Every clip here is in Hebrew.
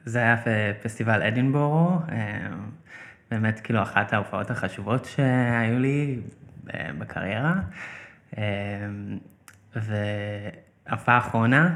זה היה בפסטיבל אדינבורו, באמת כאילו אחת ההופעות החשובות שהיו לי בקריירה, וההופעה האחרונה,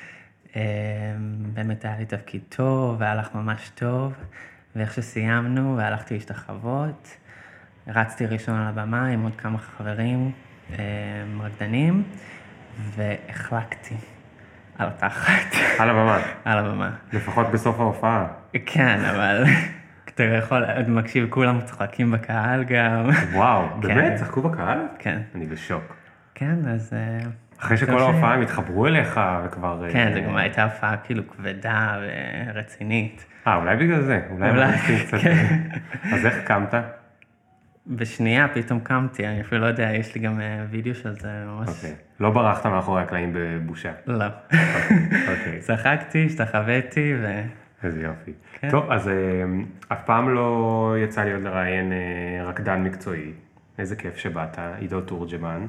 באמת היה לי תפקיד טוב, והלך ממש טוב, ואיך שסיימנו והלכתי להשתחוות, רצתי ראשון על הבמה עם עוד כמה חברים, רקדנים, והחלקתי על התחת. על הבמה? על הבמה. לפחות בסוף ההופעה. כן, אבל אתה יכול, עוד מקשיב, כולם צוחקים בקהל גם. וואו, באמת? צחקו בקהל? כן. אני בשוק. כן, אז... אחרי שכל ההופעה הם התחברו אליך וכבר... כן, זה גם הייתה הופעה כאילו כבדה ורצינית. אולי בגלל זה, אולי קצת... אז איך קמת? בשנייה פתאום קמתי, אני אפילו לא יודע, יש לי גם וידאו של זה ממש... אוקיי, לא ברחת מאחורי הקלעים בבושה? לא. אוקיי. צחקתי, השתחוויתי ו... איזה יופי. טוב, אז אף פעם לא יצא לי עוד לראיין רקדן מקצועי. איזה כיף שבאת, עידו תורג'מן.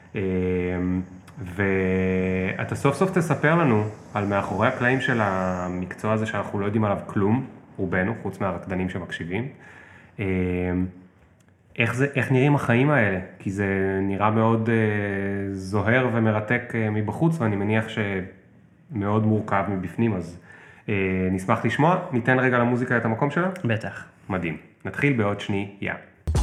ואתה סוף סוף תספר לנו על מאחורי הקלעים של המקצוע הזה שאנחנו לא יודעים עליו כלום, רובנו, חוץ מהרקדנים שמקשיבים. איך נראים החיים האלה? כי זה נראה מאוד זוהר ומרתק מבחוץ, ואני מניח שמאוד מורכב מבפנים, אז נשמח לשמוע. ניתן רגע למוזיקה את המקום שלה? בטח. מדהים. נתחיל בעוד שנייה.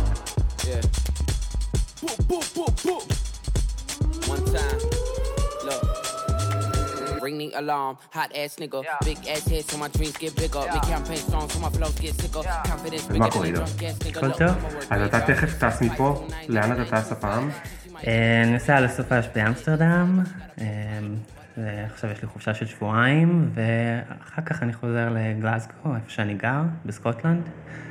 One time, look. Ring the alarm, hot ass nigga. Big ass head so my dreams get bigger. Big campaign songs so my flows get sicker. Confidence bigger than a drunk ass nigga. הכל טוב? אז אתה תכף טס מפה, לאן אתה טס הפעם? אני נוסע לסופש באמסטרדם, עכשיו יש לי חופשה של שבועיים, ואחר כך אני חוזר לגלאזגו, איפה שאני גר, בסקוטלנד,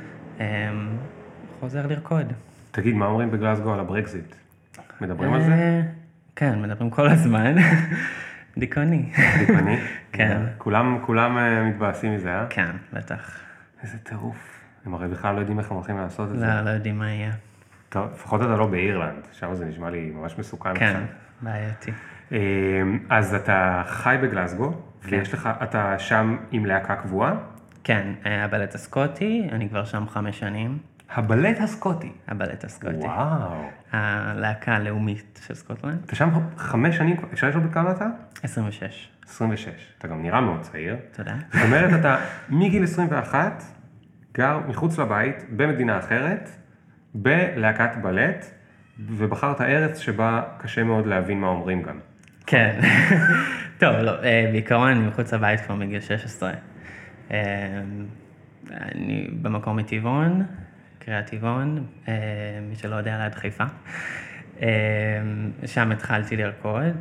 חוזר לרקוד. תגיד, מה אומרים בגלאזגו על הברקזיט? מדברים על זה? כן, מדברים כל הזמן. דיכאוני. דיכאוני? כן. כולם מתבאסים מזה, אה? כן, בטח. איזה טירוף. הם הרי בכלל לא יודעים איך הם הולכים לעשות את זה. לא יודעים מה יהיה. טוב, לפחות אתה לא באירלנד, שם זה נשמע לי ממש מסוכן. כן, בעייתי. אז אתה חי בגלאזגו, ויש לך, אתה שם עם להקה קבועה? כן, הבלט הסקוטי, אני כבר שם 5 שנים. הבלט הסקוטי? הבלט הסקוטי. וואו. הלהקה הלאומית של סקוטלנד. אתה שם 5 שנים, אפשר לשאול בכמה אתה? 26. 26. אתה גם נראה מאוד צעיר. תודה. זאת אומרת, אתה מגיל 21, גר מחוץ לבית, במדינה אחרת, בלהקת בלט, ובחרת ארץ שבה קשה מאוד להבין מה אומרים גם. כן. טוב, לא, בעיקרון אני מחוץ לבית כבר מגיל 16. אני במקום מטבעון, קריית טבעון, מי שלא יודע, ליד חיפה. שם התחלתי לרקוד,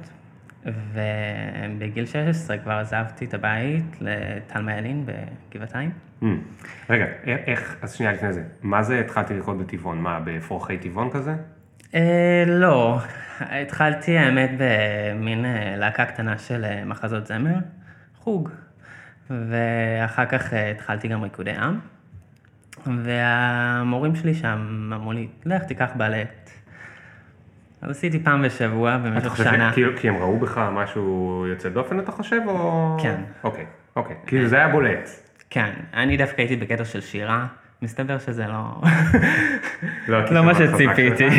ובגיל 16 כבר עזבתי את הבית לתלמה ילין בגבעתיים. רגע, איך, אז שנייה לפני זה, מה זה התחלתי לרקוד בטבעון? מה, בפורחי טבעון כזה? לא, התחלתי האמת במין להקה קטנה של מחזות זמר, חוג, ואחר כך התחלתי גם ריקודי עם, והמורים שלי שם אמרו לי, לך תיקח בלט. אז עשיתי פעם בשבוע במשך שנה. כי הם ראו בך משהו יוצא דופן, אתה חושב, או... כן. אוקיי, כי זה היה בולט. כן, אני דווקא הייתי בקטע של שירה, מסתבר שזה לא... לא מה שציפיתי.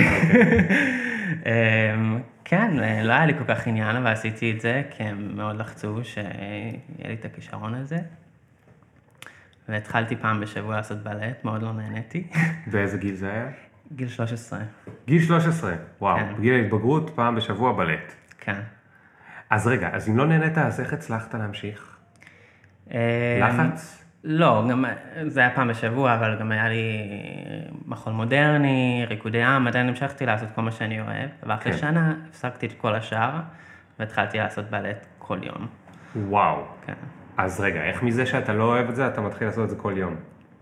כן, לא היה לי כל כך עניין, אבל עשיתי את זה, כי הם מאוד לחצו שיהיה לי את הכישרון הזה. והתחלתי פעם בשבוע לעשות בלט, מאוד לא נהניתי. באיזה גיל זה היה? גיל 13. גיל 13, וואו, כן. בגיל ההתבגרות, פעם בשבוע בלט. כן. אז רגע, אז אם לא נהנית, אז איך הצלחת להמשיך? לחץ? לא, גם זה היה פעם בשבוע, אבל גם היה לי מחול מודרני, ריקודי עם, עדיין המשכתי לעשות כל מה שאני אוהב, ואחרי שנה הפסקתי את כל השאר, והתחלתי לעשות בלט כל יום. וואו. כן. אז רגע, איך מזה שאתה לא אוהב את זה, אתה מתחיל לעשות את זה כל יום?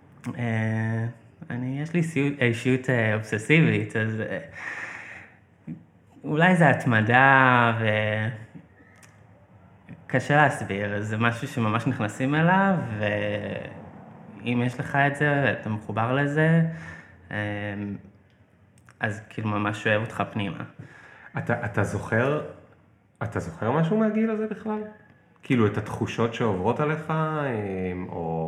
יש לי אישיות אובססיבית, אז אולי זה התמדה קשה להסביר, זה משהו שממש נכנסים אליו, ואם יש לך את זה, אתה מחובר לזה, אז כאילו ממש אוהב אותך פנימה. אתה זוכר משהו מהגיל הזה בכלל? כאילו את התחושות שעוברות עליך, או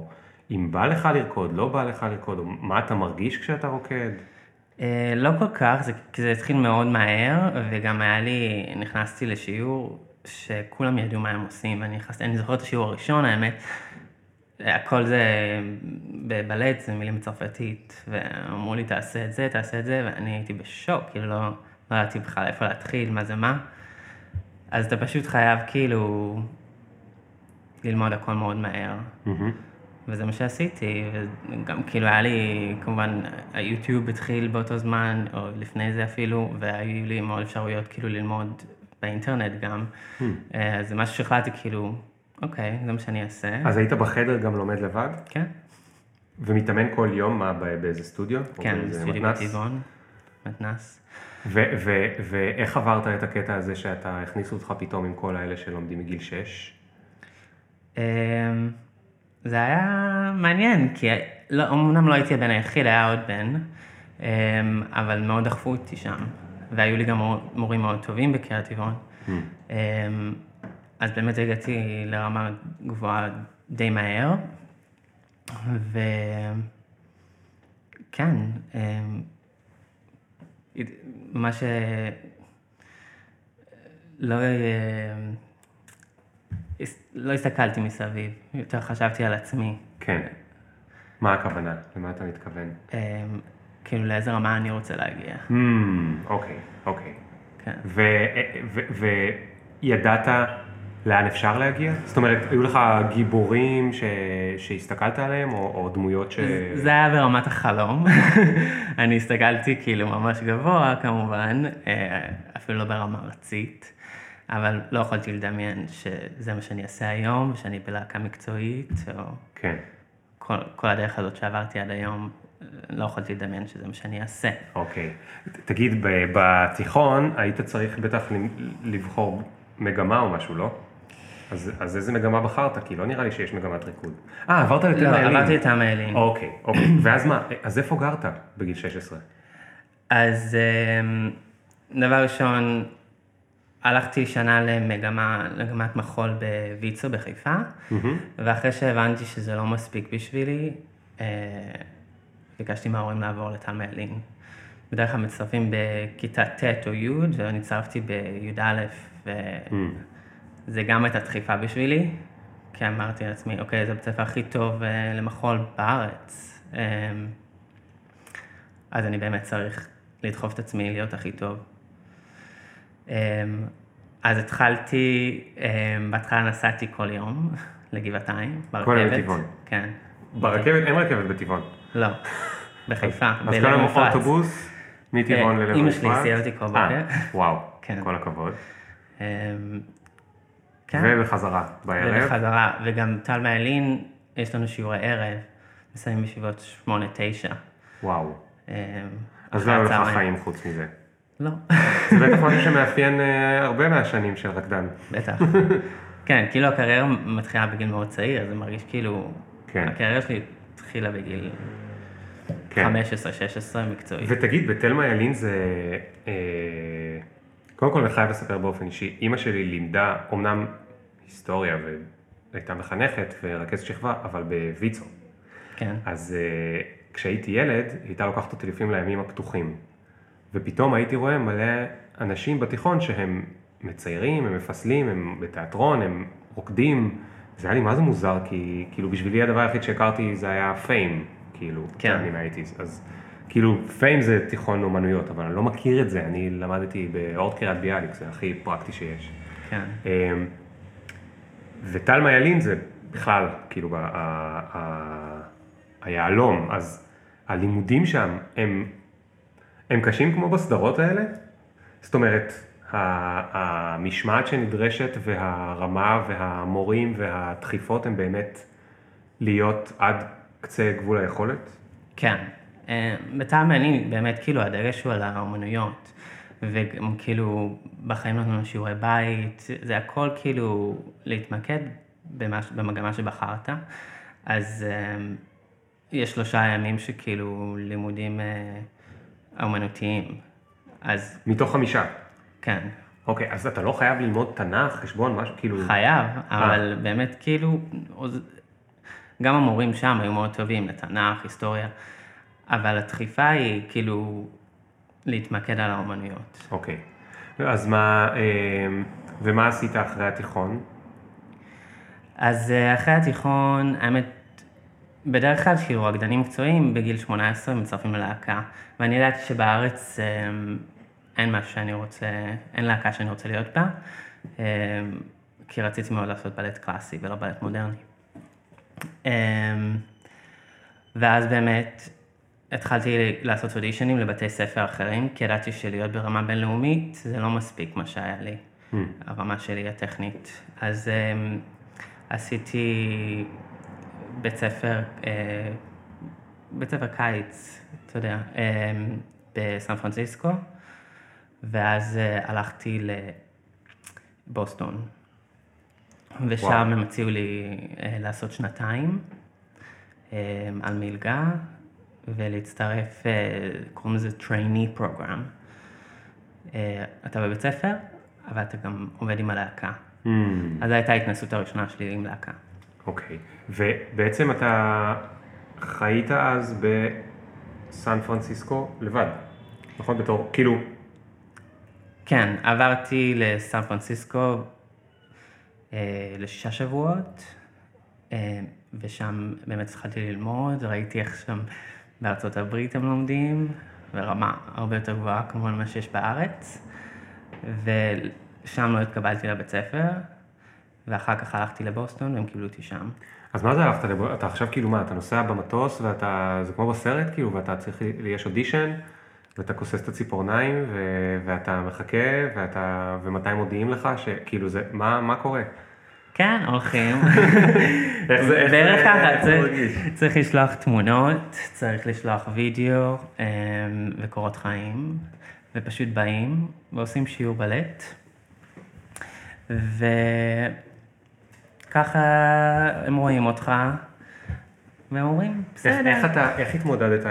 אם בא לך לרקוד, לא בא לך לרקוד, או מה אתה מרגיש כשאתה רוקד? לא כל כך, כי זה התחיל מאוד מהר, וגם נכנסתי לשיעור שכולם ידעו מה הם עושים, אני זוכר את השיעור הראשון, האמת, הכל זה בבלט, זה מילים בצרפתית, ואמרו לי תעשה את זה, ואני הייתי בשוק, כאילו לא ידעתי בכלל איפה להתחיל, מה זה מה. אז אתה פשוט חייב כאילו ללמוד הכל מאוד מהר. וזה מה שעשיתי, וגם כאילו היה לי, כמובן, היוטיוב התחיל באותו זמן, או לפני זה אפילו, והיו לי מאוד אפשרויות כאילו ללמוד באינטרנט גם. אז זה משהו שהחלטתי כאילו, אוקיי, זה מה שאני אעשה. אז היית בחדר גם לומד לבד? כן. ומתאמן כל יום, מה, באיזה סטודיו? כן, סטודיו בטבעון, מתנ"ס. ואיך עברת את הקטע הזה שאתה הכניסו אותך פתאום עם כל האלה שלומדים מגיל 6? זה היה מעניין, כי אמנם לא הייתי הבן היחיד, היה עוד בן, אבל מאוד דחפו אותי שם, והיו לי גם מורים מאוד טובים בקריית טבעון. אז באמת הגעתי לרמה גבוהה די מהר, וכן, מה לא הסתכלתי מסביב, יותר חשבתי על עצמי. כן. מה הכוונה? למה אתה מתכוון? כאילו לאיזה רמה אני רוצה להגיע. אוקיי. כן. וידעת לאן אפשר להגיע? זאת אומרת, היו לך גיבורים שהסתכלת עליהם, או דמויות זה היה ברמת החלום. אני הסתכלתי כאילו ממש גבוה כמובן, אפילו לא ברמה ארצית. אבל לא יכולתי לדמיין שזה מה שאני אעשה היום, ושאני בלהקה מקצועית, או כן. כל הדרך הזאת שעברתי עד היום, לא יכולתי לדמיין שזה מה שאני אעשה. אוקיי. תגיד, בתיכון היית צריך בטח לבחור מגמה או משהו, לא? אז איזה מגמה בחרת? כי לא נראה לי שיש מגמת ריקוד. עברת לתל מעלין. לא, עברתי לתל מעלין. אוקיי. ואז מה? אז איפה גרת בגיל 16? אז דבר ראשון, הלכתי שנה למגמת מחול בויצו בחיפה, ואחרי שהבנתי שזה לא מספיק בשבילי, ביקשתי מההורים לעבור לתל מעלין. בדרך כלל מצטרפים בכיתה ט' או י', ואני הצטרפתי בי"א, וזה גם הייתה דחיפה בשבילי, כי אמרתי לעצמי, אוקיי, זה בית הספר הכי טוב למחול בארץ, אז אני באמת צריך לדחוף את עצמי להיות הכי טוב. אז התחלתי, בהתחלה נסעתי כל יום לגבעתיים, ברכבת. כל יום בטבעון. כן. ברכבת? אין רכבת בטבעון. לא, בחיפה. אז כל יום אוטובוס מטבעון ללב אמא שלי הסיעה אותי כל בוקר. וואו, כן. כל הכבוד. כן. ובחזרה בערב. ובחזרה, וגם טל מעלין, יש לנו שיעורי ערב, מסיימים בסביבות 8-9. וואו. אז לא היו לך חיים חוץ מזה. לא. זה בטח משהו שמאפיין הרבה מהשנים של רקדן. בטח. כן, כאילו הקריירה מתחילה בגיל מאוד צעיר, זה מרגיש כאילו, הקריירה שלי התחילה בגיל 15-16 מקצועי. ותגיד, בתל מעלין זה, קודם כל אני חייב לספר באופן אישי, אמא שלי לימדה אומנם היסטוריה והייתה מחנכת ורכזת שכבה, אבל בויצו. כן. אז כשהייתי ילד, הייתה לוקחת אותי לפעמים לימים הפתוחים. ופתאום הייתי רואה מלא אנשים בתיכון שהם מציירים, הם מפסלים, הם בתיאטרון, הם רוקדים. זה היה לי מה זה מוזר, כי כאילו בשבילי הדבר היחיד שהכרתי זה היה פיים, כאילו, אני מהייתי. אז כאילו פיים זה תיכון אומנויות, אבל אני לא מכיר את זה, אני למדתי באורט קריית ביאליק, זה הכי פרקטי שיש. כן. וטל מעלין זה בכלל, כאילו, היעלום, אז הלימודים שם הם קשים כמו בסדרות האלה? זאת אומרת, המשמעת שנדרשת והרמה והמורים והדחיפות הם באמת להיות עד קצה גבול היכולת? כן. בטל מעלין באמת כאילו הדגש הוא על האומנויות, וגם כאילו בחיים נתנו שיעורי בית, זה הכל כאילו להתמקד במגמה שבחרת. אז יש 3 ימים שכאילו לימודים אומנותיים. אז מתוך 5? כן. אוקיי, אז אתה לא חייב ללמוד תנ"ך, חשבון, משהו כאילו... חייב, אבל באמת כאילו, גם המורים שם היו מאוד טובים לתנ"ך, היסטוריה, אבל הדחיפה היא כאילו להתמקד על האומנויות. אוקיי. אז ומה עשית אחרי התיכון? אז אחרי התיכון, האמת, בדרך כלל כאילו רקדנים מקצועיים בגיל 18 מצטרפים ללהקה, ואני יודעת שבארץ אין משהו שאני רוצה, אין להקה שאני רוצה להיות בה, כי רציתי מאוד לעשות בלט קלאסי ולא בלט מודרני. ואז באמת התחלתי לעשות אודישנים לבתי ספר אחרים, כי ידעתי שלהיות ברמה בינלאומית זה לא מספיק מה שהיה לי, הרמה שלי הטכנית. אז עשיתי בית ספר קיץ, אתה יודע, בסן פרנסיסקו, ואז הלכתי לבוסטון, ושם הם הציעו לי לעשות 2 על מלגה, ולהצטרף, קוראים לזה trainee program. אתה בבית ספר, אבל אתה גם עובד עם הלהקה. אז הייתה ההתנסות הראשונה שלי עם להקה. אוקיי, ובעצם אתה חיית אז בסן פרנסיסקו לבד, נכון? בתור, כאילו... כן, עברתי לסן פרנסיסקו ל6 שבועות, ושם באמת התחלתי ללמוד, ראיתי איך שם בארצות הברית הם לומדים, ברמה הרבה יותר גבוהה כמובן מה שיש בארץ, ושם לא התקבלתי לבית ספר, ואחר כך הלכתי לבוסטון והם קיבלו אותי שם. אז מה זה הלכת לבוסטון? אתה עכשיו כאילו מה, אתה נוסע במטוס ואתה, זה כמו בסרט כאילו, ואתה צריך, יש אודישן, ואתה כוסס את הציפורניים, ואתה מחכה, ומתי מודיעים לך, שכאילו זה, מה קורה? כן, הולכים. בערך ככה, צריך לשלוח תמונות, צריך לשלוח וידאו וקורות חיים, ופשוט באים ועושים שיעור בלט. וככה הם רואים אותך, והם אומרים, בסדר. איך התמודדת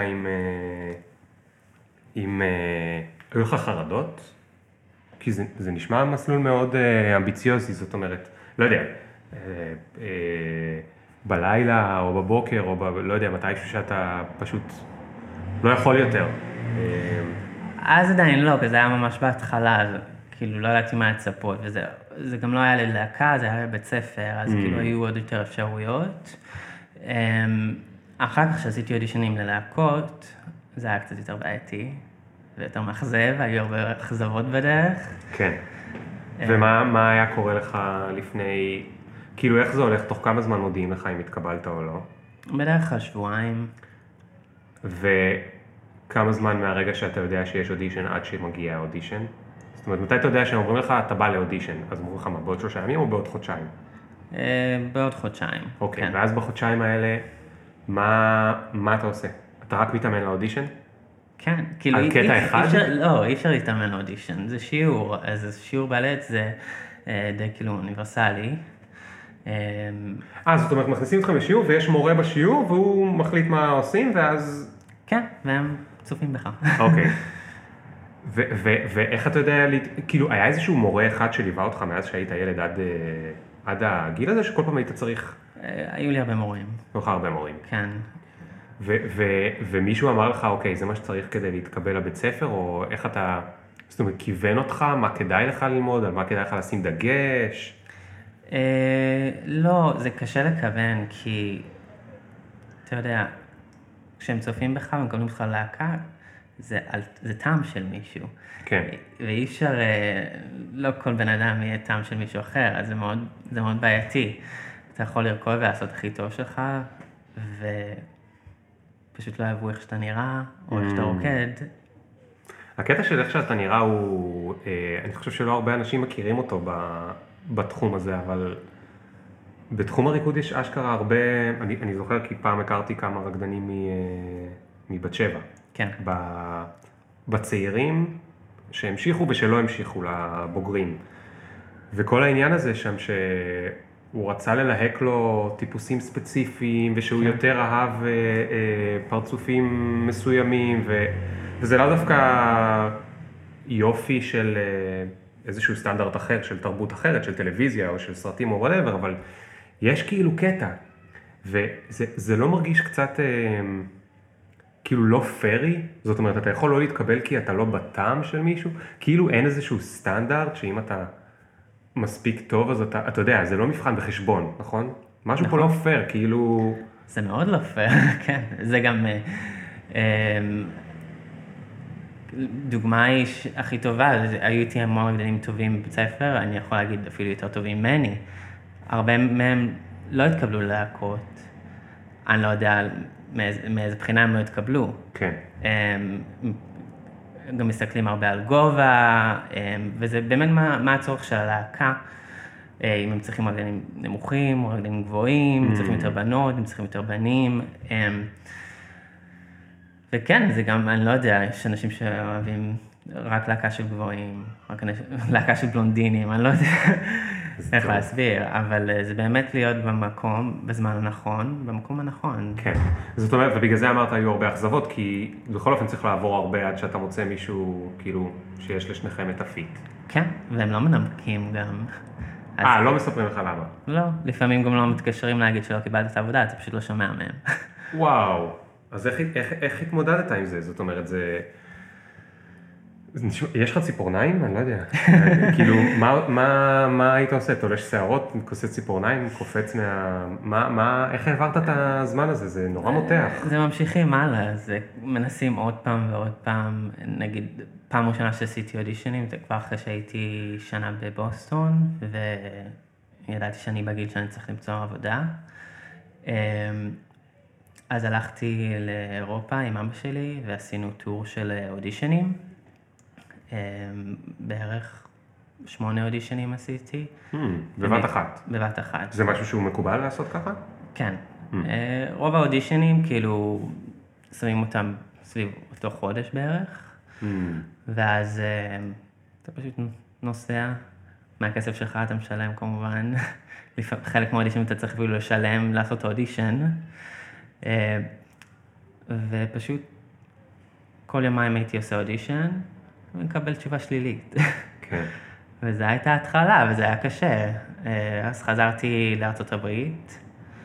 עם היו לך חרדות? כי זה נשמע מסלול מאוד אמביציוזי, זאת אומרת, לא יודע, בלילה או בבוקר או לא יודע, מתישהו שאתה פשוט לא יכול יותר. אז עדיין לא, כי זה היה ממש בהתחלה, כאילו לא ידעתי מה לצפות, וזה גם לא היה ללהקה, זה היה לבית ספר, אז כאילו היו עוד יותר אפשרויות. אחר כך שעשיתי אודישנים ללהקות, זה היה קצת יותר בעייתי, ויותר מאכזב, היו הרבה אכזבות בדרך. כן. ומה היה קורה לך לפני, כאילו איך זה הולך, תוך כמה זמן מודיעים לך אם התקבלת או לא? בדרך כלל שבועיים. וכמה זמן מהרגע שאתה יודע שיש אודישן עד שמגיע האודישן? זאת אומרת, מתי אתה יודע שהם אומרים לך, אתה בא לאודישן, אז אומרים לך מה, בעוד 3 ימים או בעוד חודשיים? בעוד חודשיים. אוקיי, כן. ואז בחודשיים האלה, מה אתה עושה? אתה רק מתאמן לאודישן? כן, כאילו... על קטע אחד? לא, אי אפשר להתאמן לאודישן, זה שיעור, אז שיעור בלט זה די כאילו אוניברסלי. זאת אומרת, מכניסים אתכם לשיעור ויש מורה בשיעור והוא מחליט מה עושים ואז... כן, והם צופים בך. אוקיי. ואיך אתה יודע, כאילו, היה איזשהו מורה אחד שליווה אותך מאז שהיית ילד עד הגיל הזה, שכל פעם היית צריך... היו לי הרבה מורים. היו לך הרבה מורים. כן. ומישהו אמר לך, אוקיי, זה מה שצריך כדי להתקבל לבית ספר, או איך אתה, זאת אומרת, כיוון אותך, מה כדאי לך ללמוד, על מה כדאי לך לשים דגש? לא, זה קשה לכוון, כי, אתה יודע, כשהם צופים בך ומקבלים לך להקה, זה טעם של מישהו. כן. ואי אפשר, לא כל בן אדם יהיה טעם של מישהו אחר, אז זה מאוד בעייתי. אתה יכול לרקוד ולעשות הכי טוב שלך, פשוט לא אהבו איך שאתה נראה, או איך שאתה רוקד. הקטע של איך שאתה נראה הוא, אני חושב שלא הרבה אנשים מכירים אותו בתחום הזה, אבל בתחום הריקוד יש אשכרה הרבה, אני זוכר כי פעם הכרתי כמה רקדנים מבת שבע. כן. בצעירים שהמשיכו ושלא המשיכו לבוגרים. וכל העניין הזה שם הוא רצה ללהק לו טיפוסים ספציפיים, ושהוא יותר אהב פרצופים מסוימים, וזה לא דווקא יופי של איזשהו סטנדרט אחר, של תרבות אחרת, של טלוויזיה או של סרטים או whatever, אבל יש כאילו קטע וזה לא מרגיש קצת כאילו לא פרי? זאת אומרת, אתה יכול לא להתקבל כי אתה לא בטעם של מישהו? כאילו אין איזשהו סטנדרט שאם אתה מספיק טוב, אז אתה יודע, זה לא מבחן בחשבון, נכון? משהו פה לא פייר, כאילו... זה מאוד לא פייר, כן. זה גם... דוגמה הכי טובה, היו איתי המון רקדנים טובים בבית ספר, אני יכול להגיד אפילו יותר טובים ממני. הרבה מהם לא התקבלו ללהקות. אני לא יודע מאיזה בחינה הם לא התקבלו. כן. גם מסתכלים הרבה על גובה, וזה באמת מה הצורך של הלהקה. אם הם צריכים רקדנים נמוכים, רקדנים גבוהים, הם צריכים יותר בנות, הם צריכים יותר בנים. וכן, זה גם, אני לא יודע, יש אנשים שאוהבים רק להקה של גבוהים, רק להקה של בלונדינים, אני לא יודע איך להסביר, אבל זה באמת להיות במקום, בזמן הנכון, במקום הנכון. כן, זאת אומרת, ובגלל זה אמרת, היו הרבה אכזבות, כי בכל אופן צריך לעבור הרבה עד שאתה מוצא מישהו, כאילו, שיש לשניכם את הפיט. כן, והם לא מנמקים גם. לא מספרים לך למה? לא, לפעמים גם לא מתקשרים להגיד שלא קיבלת את העבודה, אתה פשוט לא שומע מהם. וואו, אז איך התמודדת עם זה? זאת אומרת, יש לך ציפורניים? אני לא יודע. כאילו, מה היית עושה? תולש שערות, כוסס ציפורניים, קופץ איך העברת את הזמן הזה? זה נורא מותח. זה ממשיכים הלאה, זה מנסים עוד פעם ועוד פעם, נגיד, פעם ראשונה שעשיתי אודישנים, זה כבר אחרי שהייתי שנה בבוסטון, וידעתי שאני בגיל שאני צריך למצוא עבודה. אז הלכתי לאירופה עם אבא שלי, ועשינו טור של אודישנים. בערך 8 אודישנים עשיתי. בבת אחת? בבת אחת. זה משהו שהוא מקובל לעשות ככה? כן. רוב האודישנים, כאילו, שמים אותם סביב אותו חודש בערך. ואז אתה פשוט נוסע, מהכסף שלך אתה משלם כמובן. חלק מהאודישנים אתה צריך אפילו לשלם, לעשות אודישן. ופשוט כל יומיים הייתי עושה אודישן, ומקבל תשובה שלילית. כן. וזו הייתה התחלה, וזה היה קשה. אז חזרתי לארצות הברית,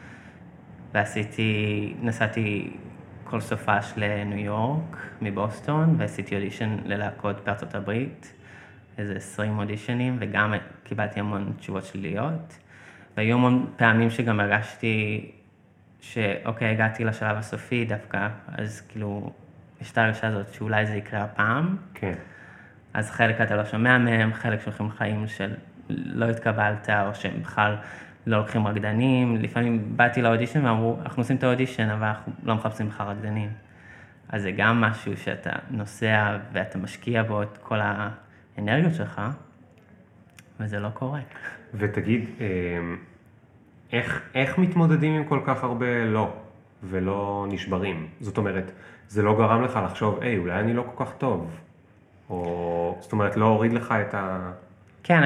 נסעתי כל סופש לניו יורק, מבוסטון, ועשיתי אודישן ללהקות בארצות הברית, איזה 20 אודישנים, וגם קיבלתי המון תשובות שליליות. והיו המון פעמים שגם הרגשתי שאוקיי, הגעתי לשלב הסופי דווקא, אז כאילו, יש את ההרגשה הזאת שאולי זה יקרה הפעם. כן. אז חלק אתה לא שומע מהם, חלק שולחים חיים של לא התקבלת, או שהם בכלל לא לוקחים רקדנים. לפעמים באתי לאודישן ואמרו, אנחנו עושים את האודישן, אבל אנחנו לא מחפשים לך רקדנים. אז זה גם משהו שאתה נוסע ואתה משקיע בו את כל האנרגיות שלך, וזה לא קורה. ותגיד, איך מתמודדים עם כל כך הרבה לא, ולא נשברים? זאת אומרת, זה לא גרם לך לחשוב, אולי אני לא כל כך טוב, או זאת אומרת, לא הוריד לך את כן,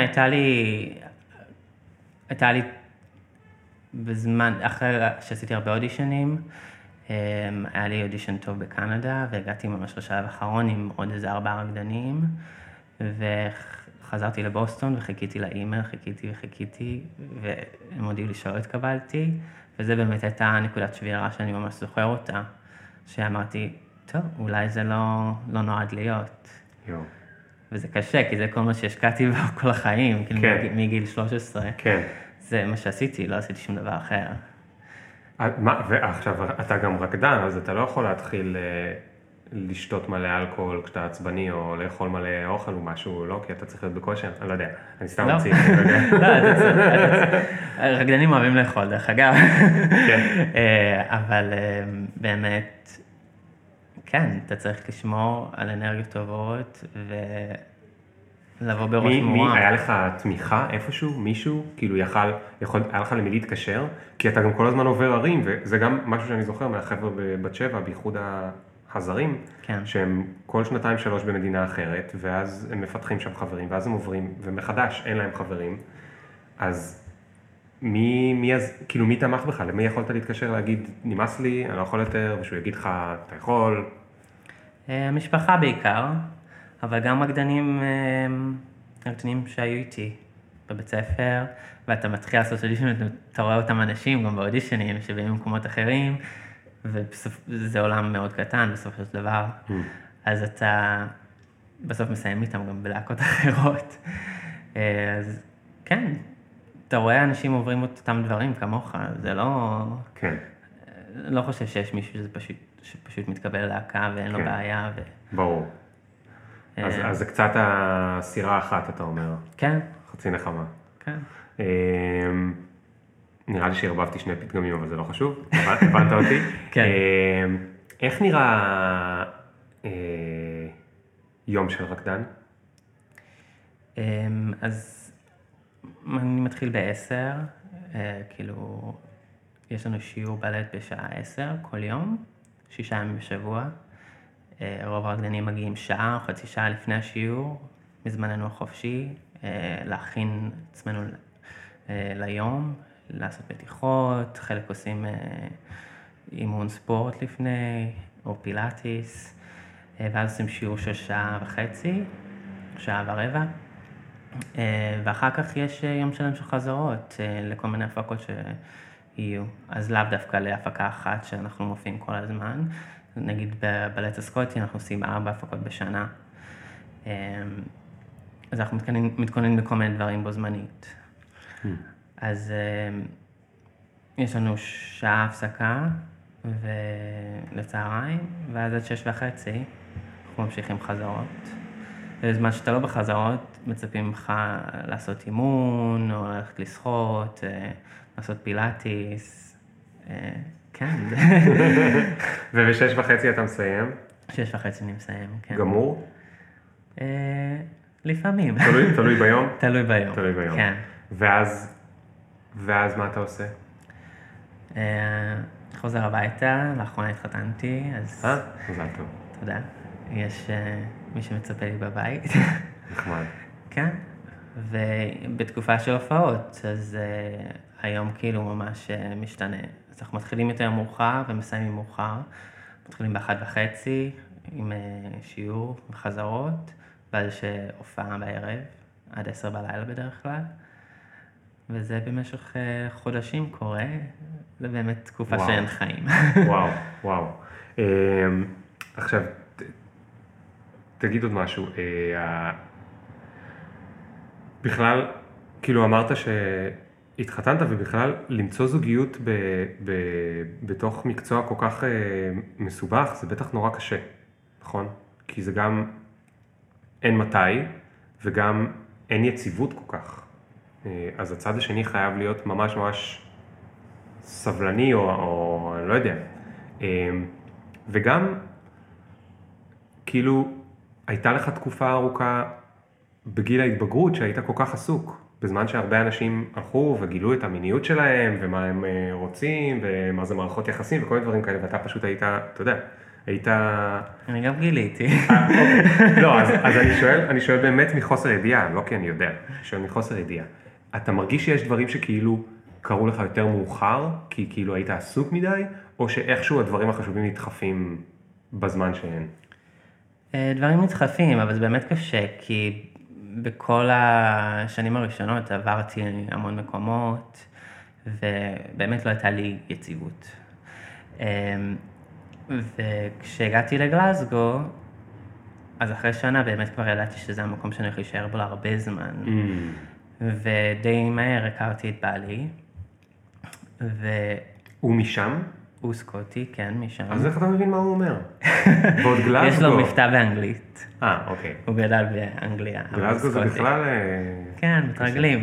הייתה לי בזמן, אחרי שעשיתי הרבה אודישנים, היה לי אודישן טוב בקנדה, והגעתי ממש לשלב האחרון עם עוד איזה 4 רקדנים, וחזרתי לבוסטון וחיכיתי לאימייל, חיכיתי, והם הודיעו לי שלא התקבלתי, וזה באמת הייתה נקודת שבירה שאני ממש זוכר אותה, שאמרתי, טוב, אולי זה לא נועד להיות. וזה קשה, כי זה כל מה שהשקעתי בו כל החיים, כאילו מגיל 13. כן. זה מה שעשיתי, לא עשיתי שום דבר אחר. ועכשיו, אתה גם רקדן, אז אתה לא יכול להתחיל לשתות מלא אלכוהול כשאתה עצבני, או לאכול מלא אוכל או משהו, לא? כי אתה צריך להיות בכושר, אני לא יודע, אני סתם מציע. לא, רקדנים אוהבים לאכול, דרך אגב. אבל באמת, כן, אתה צריך לשמור על אנרגיות טובות ולבוא בראש מורם. היה לך תמיכה איפשהו, מישהו, כאילו היה לך למי להתקשר? כי אתה גם כל הזמן עובר ערים, וזה גם משהו שאני זוכר מהחבר'ה בבת שבע, בייחוד הזרים, שהם כל 2-3 במדינה אחרת, ואז הם מפתחים שם חברים, ואז הם עוברים, ומחדש אין להם חברים. אז מי תמך בך? למי יכולת להתקשר להגיד, נמאס לי, אני לא יכול יותר, ושהוא יגיד לך, אתה יכול? המשפחה בעיקר, אבל גם רקדנים שהיו איתי. בבית ספר, ואתה מתחיל לעשות אודישנים, אתה רואה אותם אנשים גם באודישנים שבאים במקומות אחרים, וזה עולם מאוד קטן בסופו של דבר, אז אתה בסוף מסיים איתם גם בלהקות אחרות. אז כן, אתה רואה אנשים עוברים את אותם דברים כמוך, זה לא... כן. לא חושב שיש מישהו שפשוט מתקבל להקה ואין לו בעיה. ברור. אז זה קצת הסירה אחת, אתה אומר. כן. חצי נחמה. כן. נראה לי שהרבבתי 2 פתגמים, אבל זה לא חשוב. הבנת אותי? כן. איך נראה יום של רקדן? אז אני מתחיל ב-10, כאילו, יש לנו שיעור בלט בשעה 10 כל יום, 6 ימים בשבוע. רוב הרקדנים מגיעים שעה או חצי שעה לפני השיעור, מזמננו החופשי, להכין עצמנו ליום, לעשות מתיחות, חלק עושים אימון ספורט לפני, או פילאטיס, ואז עושים שיעור של 1.5 שעה, 1.25 שעה, ואחר כך יש יום שלם של חזרות לכל מיני הפקות שיהיו. אז לאו דווקא להפקה אחת שאנחנו מופיעים כל הזמן. נגיד בבלט הסקוטי אנחנו עושים 4 הפקות בשנה. אז אנחנו מתכוננים בכל מיני דברים בו זמנית. אז יש לנו שעה הפסקה לצהריים, ואז עד 6:30 אנחנו ממשיכים חזרות. בזמן שאתה לא בחזרות, מצפים ממך לעשות אימון, או ללכת לשחות, לעשות פילאטיס, כן. וב-6:30 אתה מסיים? 6:30 אני מסיים, כן. גמור? לפעמים. תלוי ביום? תלוי ביום. תלוי ביום. כן. ואז מה אתה עושה? חוזר הביתה, לאחרונה התחתנתי, אז... מזל טוב. תודה. יש מי שמצפה לי בבית. נחמד. כן, ובתקופה של הופעות, אז היום כאילו ממש משתנה. אז אנחנו מתחילים יותר מאוחר ומסיימים מאוחר. מתחילים ב-1:30 עם שיעור וחזרות, ואז יש הופעה בערב, עד 10 בלילה בדרך כלל. וזה במשך חודשים קורה, זה באמת תקופה שאין חיים. וואו. עכשיו, תגיד עוד משהו. בכלל, כאילו אמרת שהתחתנת ובכלל למצוא זוגיות בתוך מקצוע כל כך מסובך, זה בטח נורא קשה, נכון? כי זה גם אין מתי וגם אין יציבות כל כך. אז הצד השני חייב להיות ממש ממש סבלני או אני לא יודע. וגם כאילו הייתה לך תקופה ארוכה בגיל ההתבגרות שהיית כל כך עסוק, בזמן שהרבה אנשים הלכו וגילו את המיניות שלהם ומה הם רוצים ומה זה מערכות יחסים וכל דברים כאלה, ואתה פשוט היית, אתה יודע, היית... אני גם גיליתי. לא, אז אני שואל באמת מחוסר ידיעה, לא כי אני יודע, אני שואל מחוסר ידיעה. אתה מרגיש שיש דברים שכאילו קראו לך יותר מאוחר, כי כאילו היית עסוק מדי, או שאיכשהו הדברים החשובים נדחפים בזמן שאין? דברים נדחפים, אבל זה באמת קשה, כי בכל השנים הראשונות עברתי המון מקומות, ובאמת לא הייתה לי יציבות. וכשהגעתי לגלסגו, אז אחרי שנה באמת כבר ידעתי שזה המקום שאני הולך להישאר בו להרבה זמן. ודי מהר הכרתי את בעלי. הוא משם? הוא סקוטי, כן, משם. אז איך אתה מבין מה הוא אומר? ועוד גלסגו. יש לו מבטא באנגלית. אוקיי. הוא גדל באנגליה. גלסגו זה בכלל... כן, מתרגלים.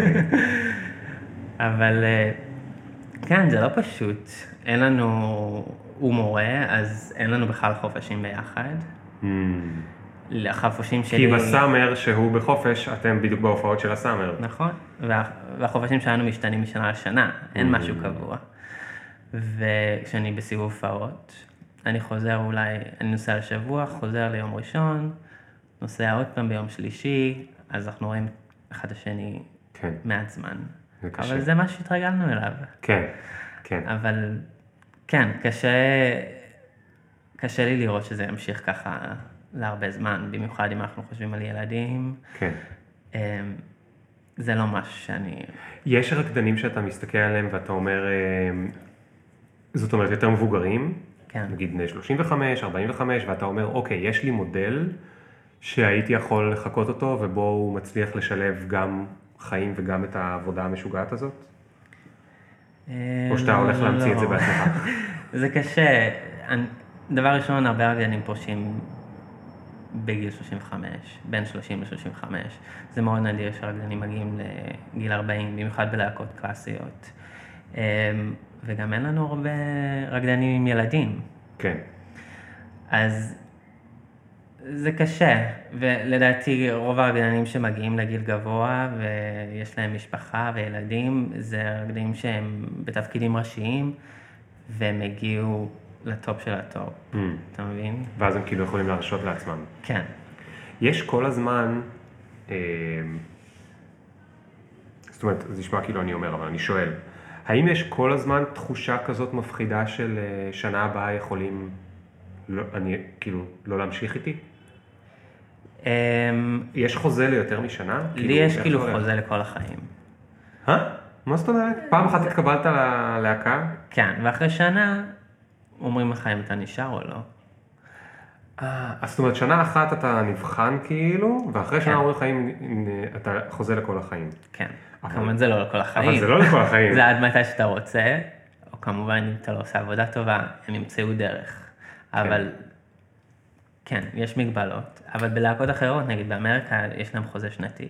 אבל כן, זה לא פשוט. אין לנו, הוא מורה, אז אין לנו בכלל חופשים ביחד. החופשים שלי... כי בסאמר שהוא בחופש, אתם בדיוק בהופעות של הסאמר. נכון, והחופשים שלנו משתנים משנה לשנה, אין משהו קבוע. וכשאני בסיבוב הופעות, אני חוזר אולי, אני נוסע לשבוע, חוזר ליום ראשון, נוסע עוד פעם ביום שלישי, אז אנחנו רואים אחד השני מעט זמן. אבל זה מה שהתרגלנו אליו. כן. אבל כן, קשה לי לראות שזה ימשיך ככה להרבה זמן, במיוחד אם אנחנו חושבים על ילדים. כן. זה לא משהו שאני... יש רקדנים שאתה מסתכל עליהם ואתה אומר, זאת אומרת יותר מבוגרים, כן. נגיד בני 35, 45, ואתה אומר, אוקיי, יש לי מודל שהייתי יכול לחכות אותו, ובו הוא מצליח לשלב גם חיים וגם את העבודה המשוגעת הזאת? או שאתה הולך להמציא את זה בעצמך? זה קשה. דבר ראשון, הרבה רקדנים פורשים בגיל 35, בין 30 ל-35. זה מאוד נדיר שרקדנים מגיעים לגיל 40, במיוחד בלהקות קלאסיות. וגם אין לנו הרבה רקדנים עם ילדים. כן. אז זה קשה, ולדעתי רוב הרקדנים שמגיעים לגיל גבוה ויש להם משפחה וילדים, זה רקדנים שהם בתפקידים ראשיים, והם הגיעו לטופ של הטופ, אתה מבין? ואז הם כאילו יכולים להרשות לעצמם. כן. יש כל הזמן, זאת אומרת, זה נשמע כאילו אני אומר, אבל אני שואל, האם יש כל הזמן תחושה כזאת מפחידה של שנה הבאה יכולים, כאילו, לא להמשיך איתי? יש חוזה ליותר משנה? לי יש כאילו חוזה לכל החיים. מה זאת אומרת? פעם אחת התקבלת ללהקה? כן, ואחרי שנה אומרים לך אם אתה נשאר או לא. אז זאת אומרת, שנה אחת אתה נבחן כאילו, ואחרי שנה אומרים לך אם אתה חוזה לכל החיים. כן, כמובן זה לא לכל החיים. אבל זה לא לכל החיים. זה עד מתי שאתה רוצה, או כמובן אם אתה לא עושה עבודה טובה, הם ימצאו דרך. אבל כן, יש מגבלות. אבל בלהקות אחרות, נגיד באמריקה, יש להם חוזה שנתי.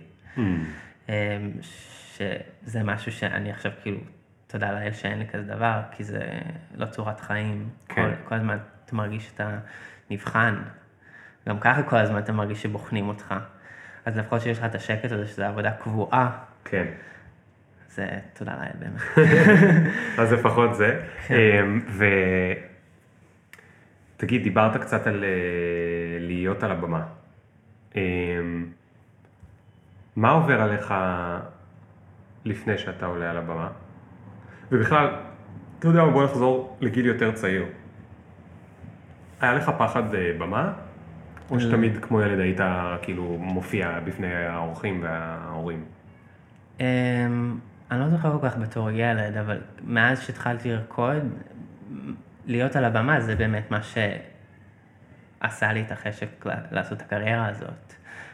שזה משהו שאני עכשיו כאילו, תודה לאל שאין לי כזה דבר, כי זה לא צורת חיים. כל הזמן אתה מרגיש שאתה נבחן. גם ככה כל הזמן אתה מרגיש שבוחנים אותך. אז לפחות שיש לך את השקט הזה, שזו עבודה קבועה. כן. זה תודה לאל באמת. אז לפחות זה. תגיד, דיברת קצת על להיות על הבמה. מה עובר עליך לפני שאתה עולה על הבמה? ובכלל, אתה יודע, בוא נחזור לגיל יותר צעיר. היה לך פחד במה? או שתמיד כמו ילד היית כאילו מופיע בפני האורחים וההורים? אני לא זוכר כל כך בתור ילד, אבל מאז שהתחלתי לרקוד, להיות על הבמה זה באמת מה שעשה לי את החשק לעשות את הקריירה הזאת.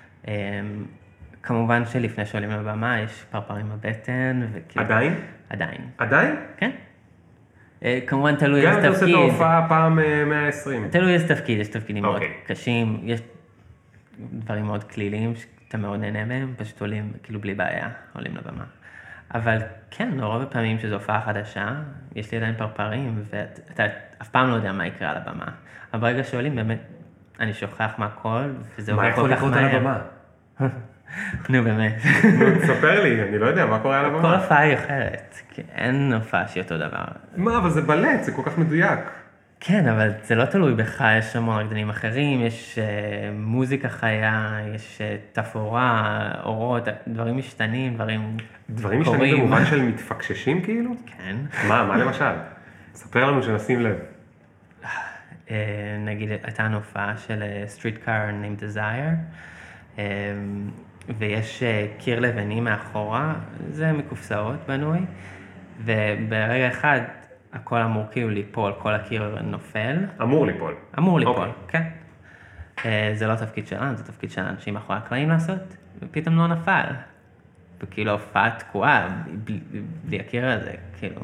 כמובן שלפני שעולים לבמה יש פרפרים בבטן. עדיין? עדיין. עדיין? כן. כמובן תלוי איזה תפקיד. גם אתה עושה את ההופעה פעם 120. תלוי איזה תפקיד, יש תפקידים מאוד קשים, יש דברים מאוד כליליים שאתה מאוד נהנה מהם, פשוט עולים כאילו בלי בעיה, עולים לבמה. אבל כן, רוב הפעמים שזו הופעה חדשה, יש לי עדיין פרפרים, ואתה אף פעם לא יודע מה יקרה על הבמה. אבל ברגע שעולים, באמת, אני שוכח מהכל, וזה עובר כל כך מהר. מה יכול לקרות על הבמה? נו, באמת. תספר לי, אני לא יודע מה קורה על הבמה. כל הופעה היא אחרת, אין הופעה שהיא אותו דבר. מה, אבל זה בלט, זה כל כך מדויק. כן, אבל זה לא תלוי בך, יש המון רקדנים אחרים, יש מוזיקה חיה, יש תפאורה, אורות, דברים משתנים, דברים משתנים במובן של מתפקששים כאילו? כן. מה למשל? ספר לנו שנשים לב. נגיד, הייתה הופעה של Streetcar Named Desire, ויש קיר לבני מאחורה, זה מקופסאות בנוי, וברגע אחד, הכל אמור כאילו ליפול, כל הקיר נופל. אמור ליפול. אמור ליפול, כן. זה לא תפקיד שלנו, זה תפקיד של אנשים מאחורי הקלעים לעשות, ופתאום לא נפל. וכאילו הופעה תקועה, בלי הקיר הזה, כאילו.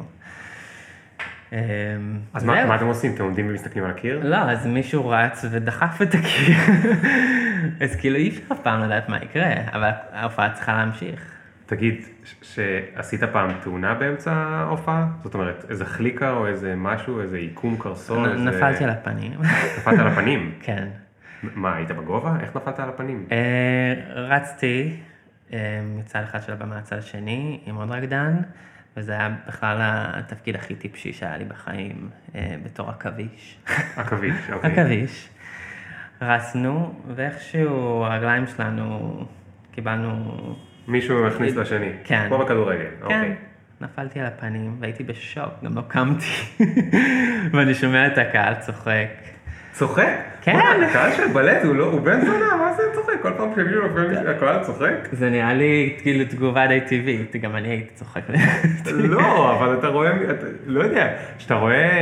אז מה אתם עושים? אתם עומדים ומסתכלים על הקיר? לא, אז מישהו רץ ודחף את הקיר. אז כאילו אי אפשר אף פעם לדעת מה יקרה, אבל ההופעה צריכה להמשיך. תגיד, שעשית פעם תאונה באמצע ההופעה? זאת אומרת, איזה חליקה או איזה משהו, איזה עיקום קרסון? נפלתי על הפנים. נפלת על הפנים? כן. מה, היית בגובה? איך נפלת על הפנים? רצתי מצד אחד של הבמה, הצד השני, עם עוד רקדן, וזה היה בכלל התפקיד הכי טיפשי שהיה לי בחיים, בתור עכביש. עכביש, אוקיי. עכביש. רצנו, ואיכשהו הרגליים שלנו קיבלנו... מישהו הכניס לשני. כן. כמו בכדורגל. כן. נפלתי על הפנים והייתי בשוק, גם לא קמתי. ואני שומע את הקהל צוחק. צוחק? כן. הקהל של בלט הוא בן זונה, מה זה צוחק? כל פעם שמישהו נופל הקהל צוחק? זה נראה לי כאילו תגובה די טבעית, גם אני הייתי צוחק. לא, אבל אתה רואה, לא יודע, כשאתה רואה,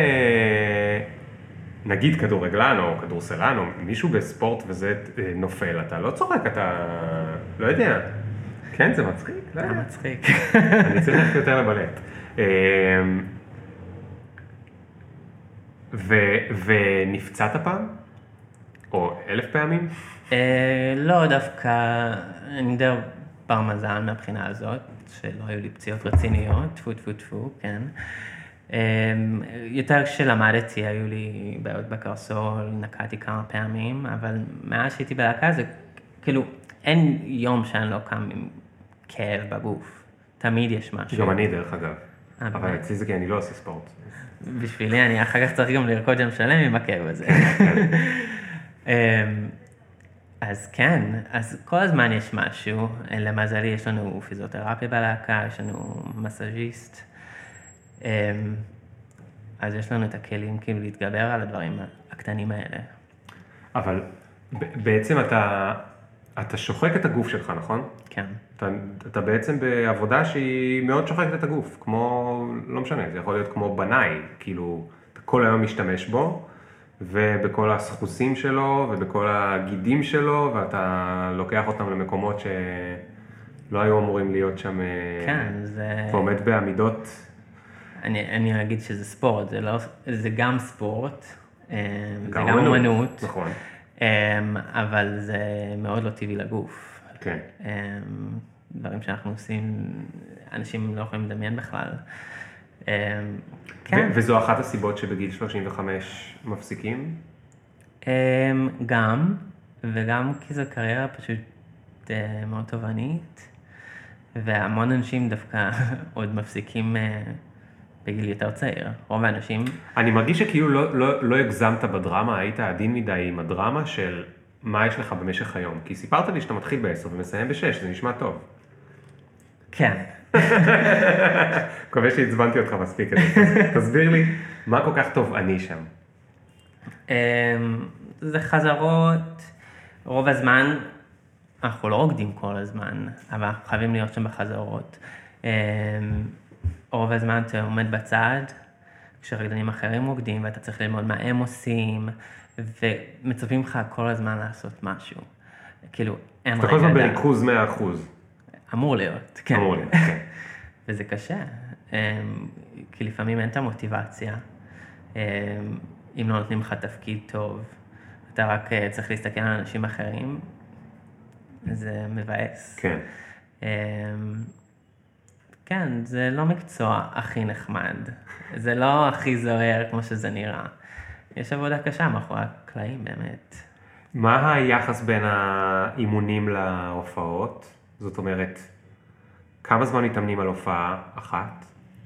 נגיד כדורגלן או כדורסלן או מישהו בספורט וזה נופל, אתה לא צוחק, אתה לא יודע. כן, זה מצחיק? לא יודע. מצחיק. אני צריך ללכת יותר לבלט. ונפצעת פעם? או 1000 פעמים? לא, דווקא, אני די בר מזל מהבחינה הזאת, שלא היו לי פציעות רציניות, טפו טפו טפו, כן. יותר כשלמדתי, היו לי בעיות בקרסול, נקעתי כמה פעמים, אבל מאז שהייתי בלהקה זה, כאילו, אין יום שאני לא קם עם כאב בגוף. תמיד יש משהו. גם אני דרך אגב. אבל אצלי זה כי אני לא עושה ספורט. בשבילי, אני אחר כך צריך גם לרקוד שם שלם עם הכאב הזה. אז כן, אז כל הזמן יש משהו. למזלי, יש לנו פיזיותרפיה בלהקה, יש לנו מסאז'יסט. אז יש לנו את הכלים כאילו להתגבר על הדברים הקטנים האלה. אבל בעצם אתה שוחק את הגוף שלך, נכון? כן. אתה בעצם בעבודה שהיא מאוד שוחקת את הגוף, כמו, לא משנה, זה יכול להיות כמו בנאי, כאילו, אתה כל היום משתמש בו, ובכל הסחוסים שלו, ובכל הגידים שלו, ואתה לוקח אותם למקומות שלא היו אמורים להיות שם, כן, זה... ועומד בעמידות. אני אגיד שזה ספורט, זה גם ספורט, זה גם אומנות. נכון. אבל זה מאוד לא טבעי לגוף. כן. דברים שאנחנו עושים, אנשים לא יכולים לדמיין בכלל. כן. וזו אחת הסיבות שבגיל 35 מפסיקים? גם, וגם כי זו קריירה פשוט מאוד תובענית, והמון אנשים דווקא עוד מפסיקים בגיל יותר צעיר. רוב האנשים... אני מרגיש שכאילו לא הגזמת בדרמה, היית עדין מדי עם הדרמה של מה יש לך במשך היום. כי סיפרת לי שאתה מתחיל ב10 ומסיים ב6, זה נשמע טוב. כן. מקווה שהצבנתי אותך מספיק. תסביר לי, מה כל כך תובעני שם? זה חזרות, רוב הזמן, אנחנו לא רוקדים כל הזמן, אבל אנחנו חייבים להיות שם בחזרות. רוב הזמן אתה עומד בצד, כשרקדנים אחרים רוקדים, ואתה צריך ללמוד מה הם עושים, ומצפים לך כל הזמן לעשות משהו. כאילו, אין רגע... אתה כל הזמן בריכוז 100%. אמור להיות, כן. אמור להיות, כן. וזה קשה, כי לפעמים אין את המוטיבציה. אם לא נותנים לך תפקיד טוב, אתה רק צריך להסתכל על אנשים אחרים, זה מבאס. כן. כן, זה לא מקצוע הכי נחמד. זה לא הכי זוהר כמו שזה נראה. יש עבודה קשה מאחורי הקלעים באמת. מה היחס בין האימונים להופעות? זאת אומרת, כמה זמן מתאמנים על הופעה אחת?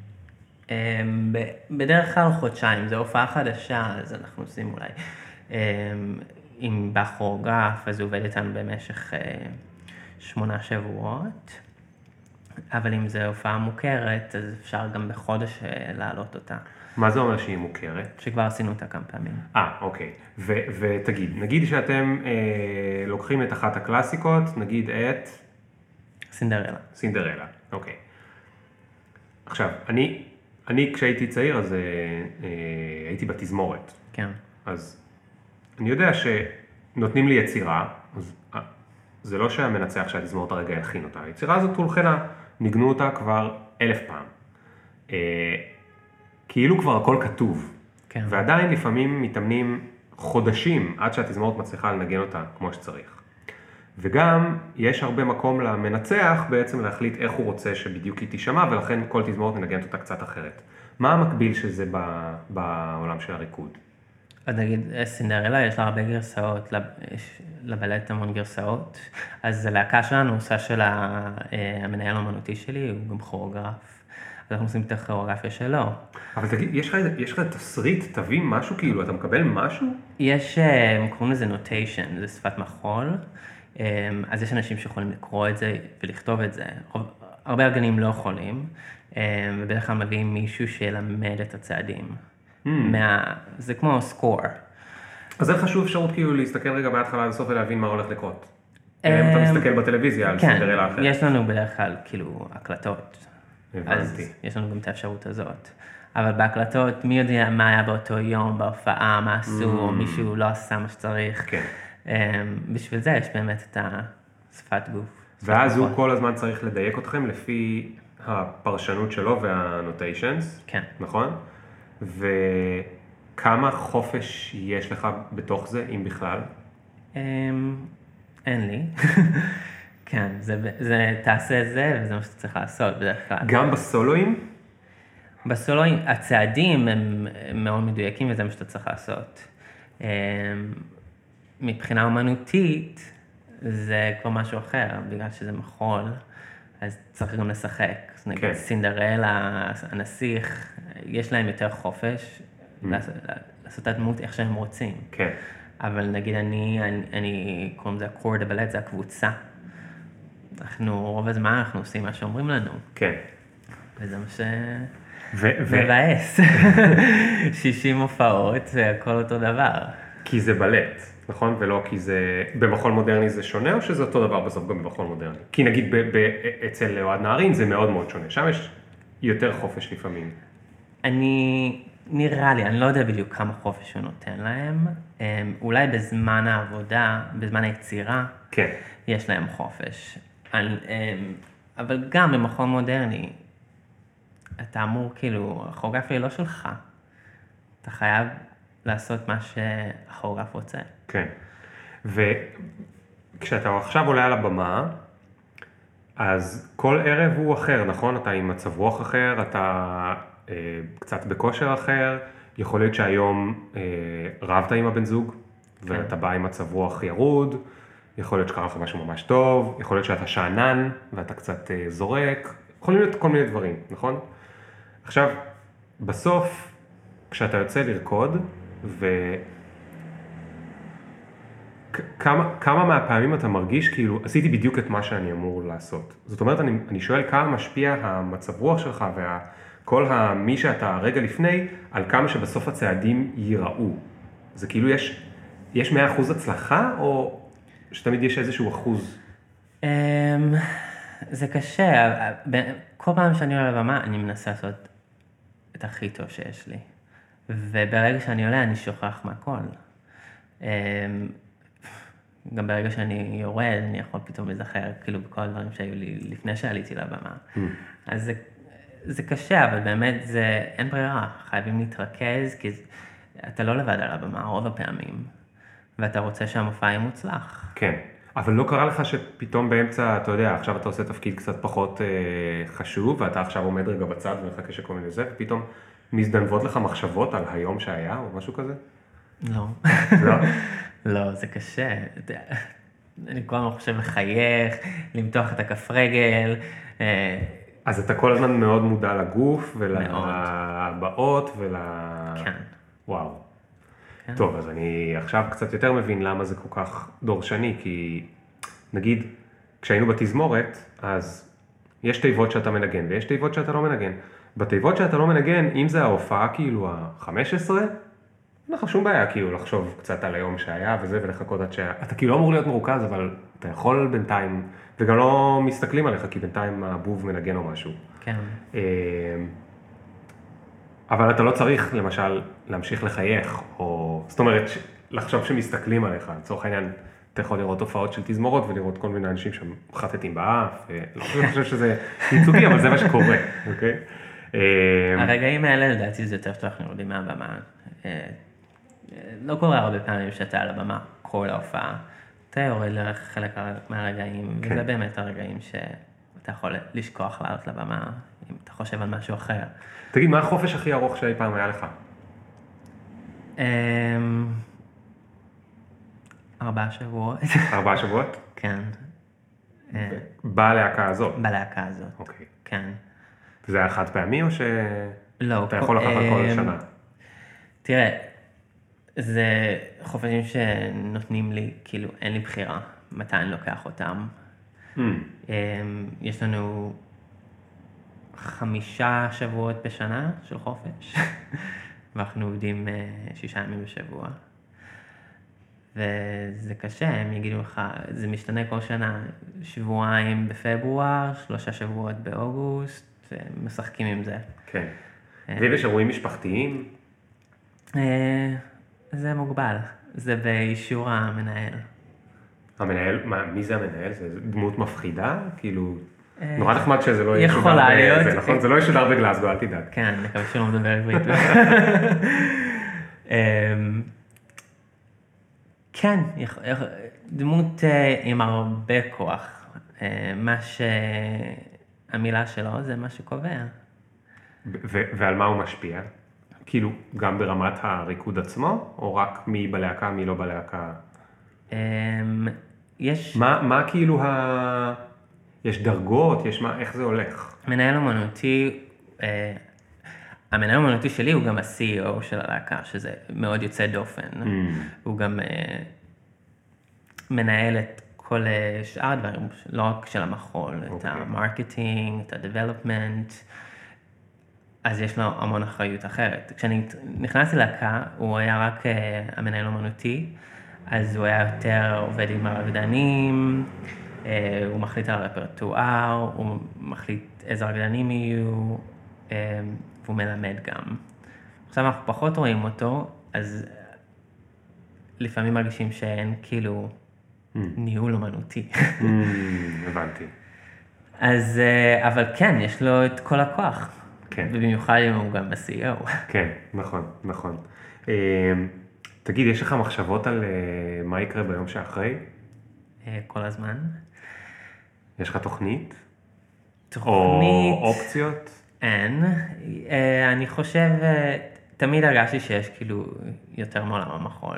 בדרך כלל חודשיים, זו הופעה חדשה, אז אנחנו עושים אולי עם בכוריאוגרף, אז הוא עובד איתנו במשך 8 שבועות, אבל אם זו הופעה מוכרת, אז אפשר גם בחודש להעלות אותה. מה זה אומר שהיא מוכרת? שכבר עשינו אותה כמה פעמים. אוקיי. ותגיד, נגיד שאתם לוקחים את אחת הקלאסיקות, נגיד את... סינדרלה. סינדרלה, אוקיי. עכשיו, אני כשהייתי צעיר, אז הייתי בתזמורת. כן. אז אני יודע שנותנים לי יצירה, אז זה לא שהמנצח שהתזמורת הרגע יכין אותה. היצירה הזאת הולכנה, ניגנו אותה כבר 1000 פעם. כאילו כבר הכל כתוב. כן. ועדיין לפעמים מתאמנים חודשים עד שהתזמורת מצליחה לנגן אותה כמו שצריך. וגם יש הרבה מקום למנצח בעצם להחליט איך הוא רוצה שבדיוק היא תשמע, ולכן כל תזמורת מנגנת אותה קצת אחרת. מה המקביל של זה בעולם של הריקוד? אז נגיד, סינדרלה יש לה הרבה גרסאות, לבלט המון גרסאות, אז הלהקה שלנו עושה של המנהל האמנותי שלי, הוא גם כוריאוגרף, אז אנחנו עושים את הכוריאוגרפיה שלו. אבל תגיד, יש לך תסריט, תביא משהו כאילו, אתה מקבל משהו? יש, קוראים לזה נוטיישן, זה שפת מחול, אז יש אנשים שיכולים לקרוא את זה ולכתוב את זה. הרבה ארגנים לא יכולים, ובדרך כלל מביאים מישהו שילמד את הצעדים. זה כמו סקור. אז אין חשוב אפשרות כאילו להסתכל רגע מההתחלה לסוף ולהבין מה הולך לקרות. אתה מסתכל בטלוויזיה על סינדרלה אחרת. כן, יש לנו בדרך כלל כאילו הקלטות. הבנתי. אז יש לנו גם את האפשרות הזאת. אבל בהקלטות, מי יודע מה היה באותו יום, בהופעה, מה עשו, או מישהו לא עשה מה שצריך. כן. בשביל זה יש באמת את השפת גוף. ואז הוא כל הזמן צריך לדייק אתכם לפי הפרשנות שלו והנוטיישנס. כן. נכון? וכמה חופש יש לך בתוך זה, אם בכלל? אין לי. כן, תעשה זה, וזה מה שאתה צריך לעשות בדרך כלל. גם בסולואים? בסולואים, הצעדים הם מאוד מדויקים, וזה מה שאתה צריך לעשות. מבחינה אומנותית, זה כבר משהו אחר, בגלל שזה מחול, אז צריך גם לשחק. נגיד סינדרלה, הנסיך, יש להם יותר חופש לעשות את הדמות איך שהם רוצים. כן. אבל נגיד אני קוראים לזה הקור דה בלט, זה הקבוצה. רוב הזמן אנחנו עושים מה שאומרים לנו. כן. וזה מה מבאס. 60 הופעות, והכל אותו דבר. כי זה בלט, נכון? ולא כי זה, במחול מודרני זה שונה, או שזה אותו דבר בסוף גם במחול מודרני? כי נגיד אצל אוהד נהרין זה מאוד מאוד שונה, שם יש יותר חופש לפעמים. נראה לי, אני לא יודע בדיוק כמה חופש הוא נותן להם, אולי בזמן העבודה, בזמן היצירה, כן. יש להם חופש. אבל גם במחול מודרני, אתה אמור כאילו, הכוריאוגרפיה היא לא שלך. אתה חייב לעשות מה שהכוריאוגרף רוצה. כן. וכשאתה עכשיו עולה על הבמה, אז כל ערב הוא אחר, נכון? אתה עם מצב רוח אחר, אתה קצת בכושר אחר, יכול להיות שהיום רבת עם הבן זוג, כן. ואתה בא עם מצב רוח ירוד, יכול להיות שקרה לך משהו ממש טוב, יכול להיות שאתה שענן ואתה קצת זורק, יכולים להיות כל מיני דברים, נכון? עכשיו, בסוף, כשאתה יוצא לרקוד, כמה מהפעמים אתה מרגיש כאילו, עשיתי בדיוק את מה שאני אמור לעשות. זאת אומרת, אני שואל כמה משפיע המצב רוח שלך וכל מי שאתה רגע לפני, על כמה שבסוף הצעדים ייראו. זה כאילו יש 100% הצלחה, או שתמיד יש איזשהו אחוז? זה קשה. כל פעם שאני עולה לבמה, אני מנסה לעשות את הכי טוב שיש לי. וברגע שאני עולה, אני שוכח מהכל. גם ברגע שאני יורד, אני יכול פתאום להיזכר, כאילו, בכל הדברים שהיו לי לפני שעליתי לבמה. אז זה קשה, אבל באמת אין ברירה. חייבים להתרכז, כי אתה לא לבד על הבמה, רוב הפעמים. ואתה רוצה שהמופע יהיה מוצלח. כן. אבל לא קרה לך שפתאום באמצע, אתה יודע, עכשיו אתה עושה תפקיד קצת פחות חשוב, ואתה עכשיו עומד רגע בצד ומחכה שכל מיני זה, ופתאום מזדנבות לך מחשבות על היום שהיה, או משהו כזה? לא. לא? לא, זה קשה. אני כל הזמן חושב לחייך, למתוח את הכף רגל. אז אתה כל הזמן מאוד מודע לגוף, ולבאות, כן. וואו. טוב, אז אני עכשיו קצת יותר מבין למה זה כל כך דורשני, כי נגיד, כשהיינו בתזמורת, אז יש תיבות שאתה מנגן, ויש תיבות שאתה לא מנגן. בתיבות שאתה לא מנגן, אם זה ההופעה כאילו ה-15, אין לך שום בעיה כאילו לחשוב קצת על היום שהיה וזה, ולחכות עד אתה כאילו לא אמור להיות מרוכז, אבל אתה יכול בינתיים, וגם לא מסתכלים עליך, כי בינתיים הבוב מנגן או משהו. כן. אבל אתה לא צריך, למשל, להמשיך לחייך, או... זאת אומרת, לחשוב שמסתכלים עליך. לצורך העניין, אתה יכול לראות הופעות של תזמורות, ולראות כל מיני אנשים שמחטטים באף, לא חושב שזה ייצוגי, אבל זה מה שקורה, אוקיי? הרגעים האלה, לדעתי, זה יותר טוב, אנחנו יודעים מהבמה. לא קורה הרבה פעמים שאתה על הבמה, כל ההופעה. אתה יורד לחלק מהרגעים, וזה באמת הרגעים שאתה יכול לשכוח לעלות לבמה, אם אתה חושב על משהו אחר. תגיד, מה החופש הכי ארוך שאי פעם היה לך? 4 שבועות. 4 שבועות? כן. בלהקה הזאת? בלהקה הזאת. אוקיי. כן. זה היה חד פעמי או לא. אתה יכול לקחת כל שנה? תראה, זה חופשים שנותנים לי, כאילו, אין לי בחירה מתי אני לוקח אותם. יש לנו 5 שבועות בשנה של חופש, ואנחנו עובדים 6 ימים בשבוע. וזה קשה, הם יגידו לך, זה משתנה כל שנה, שבועיים בפברואר, 3 שבועות באוגוסט, משחקים עם זה. כן. ויש אירועים משפחתיים? זה מוגבל, זה באישור המנהל. המנהל, מי זה המנהל? זה דמות מפחידה? כאילו, נורא נחמד שזה לא יכולה להיות. נכון, זה לא ישודר בגלאסגו, אל תדאג. כן, אני מקווה שלא מדבר עברית. כן, דמות עם הרבה כוח. מה שהמילה שלו זה מה שקובע. ועל מה הוא משפיע? כאילו, גם ברמת הריקוד עצמו, או רק מי בלהקה, מי לא בלהקה? יש... מה כאילו יש דרגות, יש מה, איך זה הולך? מנהל אומנותי, המנהל האומנותי שלי הוא גם ה-CEO של הלהקה, שזה מאוד יוצא דופן. הוא גם מנהל את כל שאר הדברים, לא רק של המחול, את המרקטינג, את ה-development, אז יש לו המון אחריות אחרת. כשאני נכנסתי ללהקה, הוא היה רק המנהל האומנותי, אז הוא היה יותר עובד עם הרקדנים, הוא מחליט על הרפרטואר, הוא מחליט איזה רקדנים יהיו, והוא מלמד גם. עכשיו אנחנו פחות רואים אותו, אז לפעמים מרגישים שאין כאילו ניהול אומנותי. הבנתי. אז, אבל כן, יש לו את כל הכוח. כן. ובמיוחד אם הוא גם ב-CEO. כן, נכון, נכון. תגיד, יש לך מחשבות על מה יקרה ביום שאחרי? כל הזמן. יש לך תוכנית? תוכנית. או אופציות? אין. אני חושב, תמיד הרגשתי שיש כאילו יותר מעולם המחול.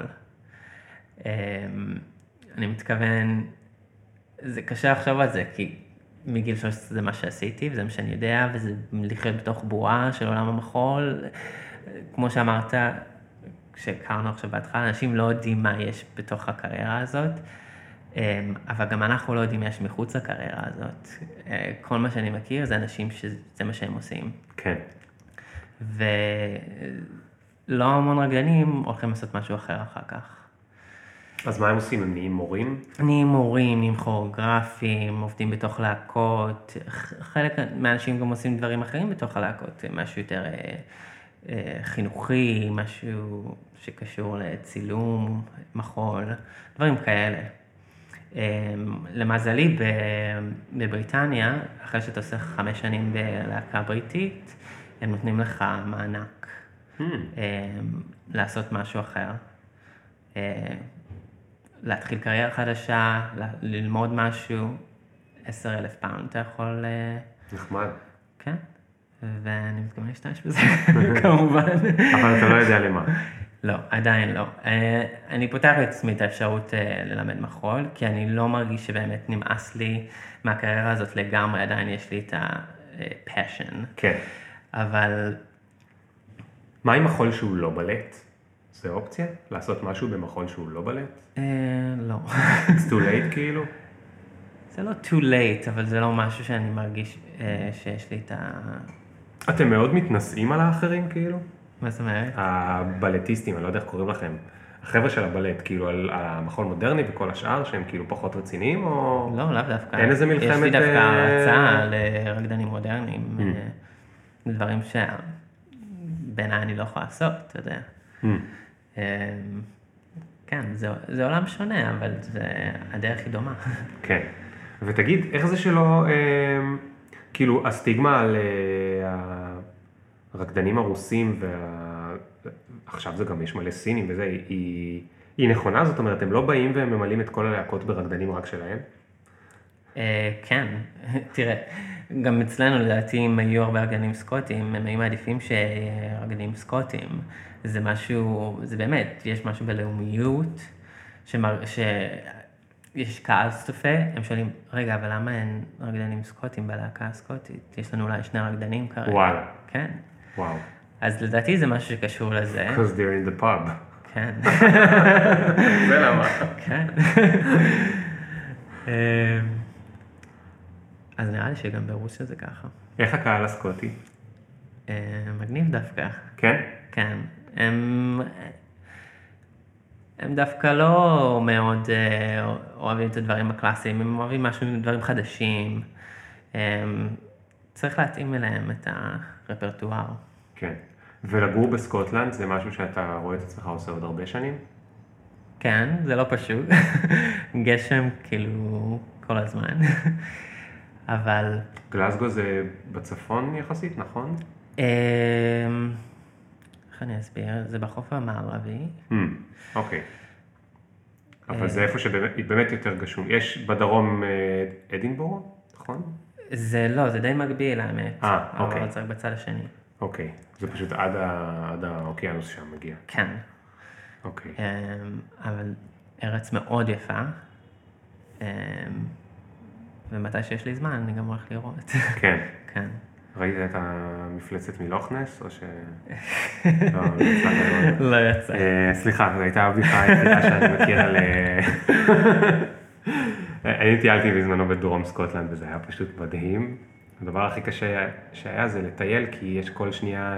אני מתכוון, זה קשה לחשוב על זה, כי מגיל 13 זה מה שעשיתי, וזה מה שאני יודע, וזה לחיות בתוך בועה של עולם המחול. כמו שאמרת, כשהכרנו עכשיו בהתחלה, אנשים לא יודעים מה יש בתוך הקריירה הזאת, אבל גם אנחנו לא יודעים מה יש מחוץ לקריירה הזאת. כל מה שאני מכיר זה אנשים שזה מה שהם עושים. כן. ולא המון רקדנים הולכים לעשות משהו אחר אחר כך. אז מה הם עושים? הם נהיים מורים? נהיים מורים, נהיים כוריאוגרפים, עובדים בתוך להקות. חלק מהאנשים גם עושים דברים אחרים בתוך הלהקות, משהו יותר חינוכי, משהו שקשור לצילום, מחול, דברים כאלה. למזלי, בבריטניה, אחרי שאתה עושה 5 שנים בלהקה בריטית, הם נותנים לך מענק לעשות משהו אחר. להתחיל קריירה חדשה, ללמוד משהו, 10,000 פאונד אתה יכול... נחמד. כן, ואני מתכוון להשתמש בזה, כמובן. אבל אתה לא יודע למה. לא, עדיין לא. אני פותח לעצמי את האפשרות ללמד מחול, כי אני לא מרגיש שבאמת נמאס לי מהקריירה הזאת לגמרי, עדיין יש לי את ה-passion. כן. אבל... מה עם מחול שהוא לא בלט? זה אופציה? לעשות משהו במחול שהוא לא בלט? לא. It's too late כאילו? זה לא too late, אבל זה לא משהו שאני מרגיש שיש לי את ה... אתם מאוד מתנשאים על האחרים כאילו? מה זאת אומרת? הבלטיסטים, אני לא יודע איך קוראים לכם. החבר'ה של הבלט, כאילו על המחול מודרני וכל השאר, שהם כאילו פחות רציניים או... לא, לאו דווקא. אין איזה מלחמת... יש לי דווקא הרצאה לרקדנים מודרניים, דברים שבעיניי אני לא יכולה לעשות, אתה יודע. כן, זה עולם שונה, אבל הדרך היא דומה. כן. ותגיד, איך זה שלא, כאילו, הסטיגמה על הרקדנים הרוסים, ועכשיו זה גם יש מלא סינים וזה, היא נכונה? זאת אומרת, הם לא באים והם ממלאים את כל הלהקות ברקדנים רק שלהם? כן, תראה, גם אצלנו לדעתי אם היו הרבה רקדנים סקוטים, הם היו מעדיפים שרקדנים סקוטים. זה משהו, זה באמת, יש משהו בלאומיות, שיש קהל צופה, הם שואלים, רגע, אבל למה אין רקדנים סקוטים בלהקה הסקוטית? יש לנו אולי 2 רקדנים כרגע. וואלה. כן. וואו. אז לדעתי זה משהו שקשור לזה. Because they're in the pub. כן. זה למה. כן. אז נראה לי שגם ברוסיה זה ככה. איך הקהל הסקוטי? מגניב דווקא. כן? כן. הם דווקא לא מאוד אוהבים את הדברים הקלאסיים, הם אוהבים משהו, דברים חדשים. צריך להתאים אליהם את הרפרטואר. כן. ולגור בסקוטלנד זה משהו שאתה רואה את עצמך עושה עוד הרבה שנים? כן, זה לא פשוט. גשם כאילו כל הזמן. אבל... גלסגו זה בצפון יחסית, נכון? איך אני אסביר? זה בחוף המערבי. אוקיי. אבל זה איפה שבאמת יותר גשום. יש בדרום אדינבורו, נכון? זה לא, זה די מקביל האמת. אוקיי. אבל זה רק בצד השני. אוקיי. זה פשוט עד האוקיינוס שם מגיע. כן. אוקיי. אבל ארץ מאוד יפה. ומתי שיש לי זמן, אני גם הולך לראות. כן. כן. ראית את המפלצת מלוכנס, או ש... לא יצא. סליחה, זו הייתה הבדיחה היחידה שאני מכיר על... אני טיילתי בזמנו בדרום סקוטלנד, וזה היה פשוט מדהים. הדבר הכי קשה שהיה זה לטייל, כי יש כל שנייה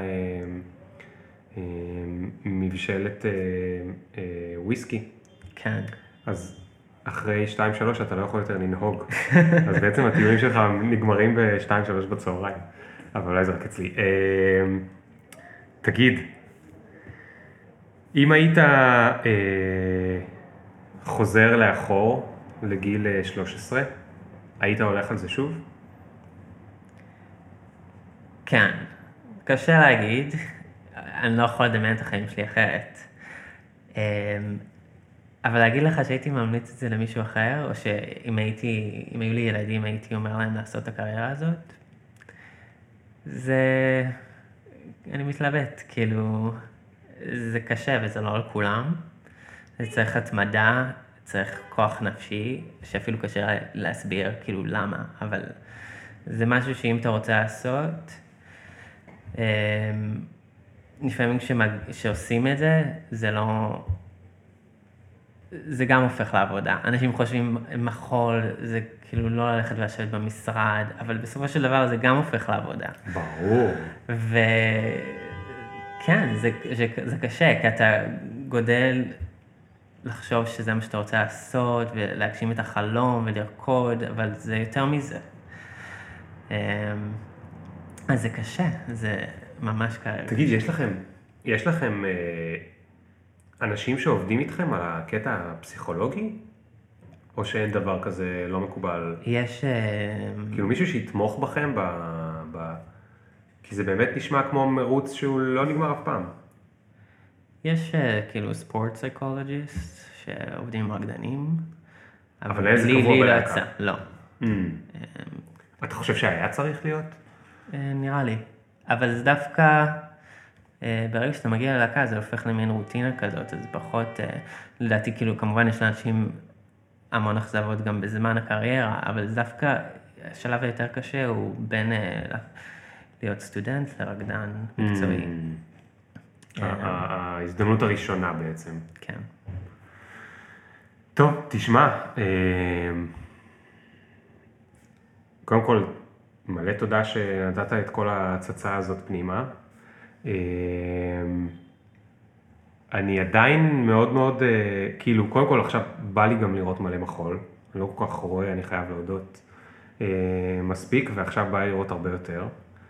מבשלת וויסקי. כן. אז אחרי 2-3 אתה לא יכול יותר לנהוג. אז בעצם הטיולים שלך נגמרים ב-2-3 בצהריים. אבל אולי זה רק אצלי. תגיד, אם היית חוזר לאחור לגיל 13, היית הולך על זה שוב? כן. קשה להגיד. אני לא יכול לדמיין את החיים שלי אחרת. אבל להגיד לך שהייתי ממליץ את זה למישהו אחר, או שאם היו לי ילדים, הייתי אומר להם לעשות את הקריירה הזאת, אני מתלבט, כאילו, זה קשה וזה לא על כולם. זה צריך התמדה, צריך כוח נפשי, שאפילו קשה להסביר, כאילו, למה, אבל זה משהו שאם אתה רוצה לעשות, לפעמים כשעושים את זה, זה גם הופך לעבודה. אנשים חושבים מחול, זה כאילו לא ללכת ולשבת במשרד, אבל בסופו של דבר זה גם הופך לעבודה. ברור. וכן, זה קשה, כי אתה גודל לחשוב שזה מה שאתה רוצה לעשות, ולהגשים את החלום ולרקוד, אבל זה יותר מזה. אז זה קשה, זה ממש קשה. תגיד, יש לכם אנשים שעובדים איתכם על הקטע הפסיכולוגי? או שאין דבר כזה לא מקובל? יש... כאילו מישהו שיתמוך בכם כי זה באמת נשמע כמו מרוץ שהוא לא נגמר אף פעם. יש כאילו ספורט פסיכולוגיסט שעובדים עם רקדנים. אבל איזה קבוע בלהקה? לא. אתה חושב שהיה צריך להיות? נראה לי. אבל זה דווקא... ברגע שאתה מגיע ללהקה, זה הופך למין רוטינה כזאת, אז פחות, לדעתי, כאילו, כמובן יש לאנשים המון אכזבות גם בזמן הקריירה, אבל זה דווקא, השלב היותר קשה הוא בין להיות סטודנט לרקדן מקצועי. ההזדמנות הראשונה בעצם. כן. טוב, תשמע, קודם כל, מלא תודה שנתת את כל ההצצה הזאת פנימה. אני עדיין מאוד מאוד, כאילו, קודם כל עכשיו בא לי גם לראות מלא מחול, אני לא כל כך רואה, אני חייב להודות מספיק, ועכשיו בא לי לראות הרבה יותר,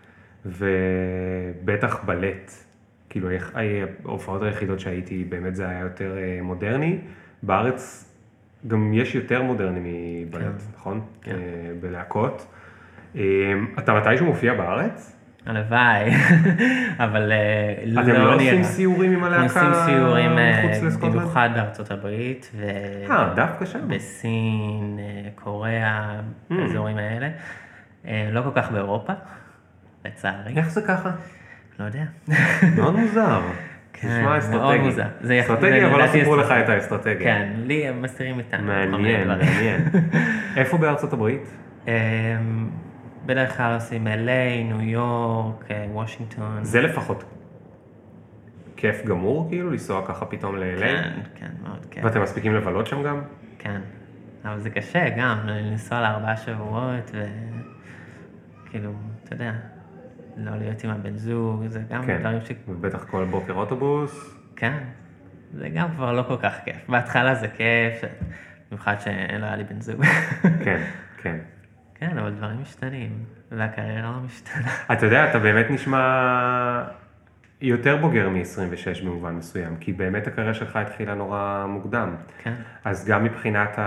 ובטח בלט, כאילו, ההופעות היחידות שהייתי, באמת זה היה יותר מודרני, בארץ גם יש יותר מודרני מבלט, נכון? כן. בלהקות. אתה מתישהו מופיע בארץ? הלוואי, אבל לא אתם לא עושים סיורים עם הלהקה אנחנו עושים סיורים מחוץ לסקוטלנד? במיוחד בארצות הברית, דווקא שם? בסין, קוריאה, באזורים האלה. לא כל כך באירופה, לצערי. איך זה ככה? לא יודע. מאוד מוזר. כן, מאוד מוזר. אסטרטגיה, אבל לא סיפרו לך את האסטרטגיה. כן, לי הם מסתירים איתנו. מעניין, מעניין. איפה בארצות הברית? בדרך כלל עושים LA, ניו יורק, וושינגטון. זה לפחות כיף גמור, כאילו, לנסוע ככה פתאום ל-LA? כן, כן, מאוד כיף. ואתם מספיקים לבלות שם גם? כן, אבל זה קשה גם, לנסוע ל4 שבועות, וכאילו, אתה יודע, לא להיות עם הבן זוג, זה גם דברים ש... ובטח כל בוקר אוטובוס. כן. זה גם כבר לא כל כך כיף. בהתחלה זה כיף, במיוחד שלא היה לי בן זוג. כן, כן. כן, אבל דברים משתנים, והקריירה לא משתנה. אתה יודע, אתה באמת נשמע יותר בוגר מ-26 במובן מסוים, כי באמת הקריירה שלך התחילה נורא מוקדם. כן. אז גם מבחינת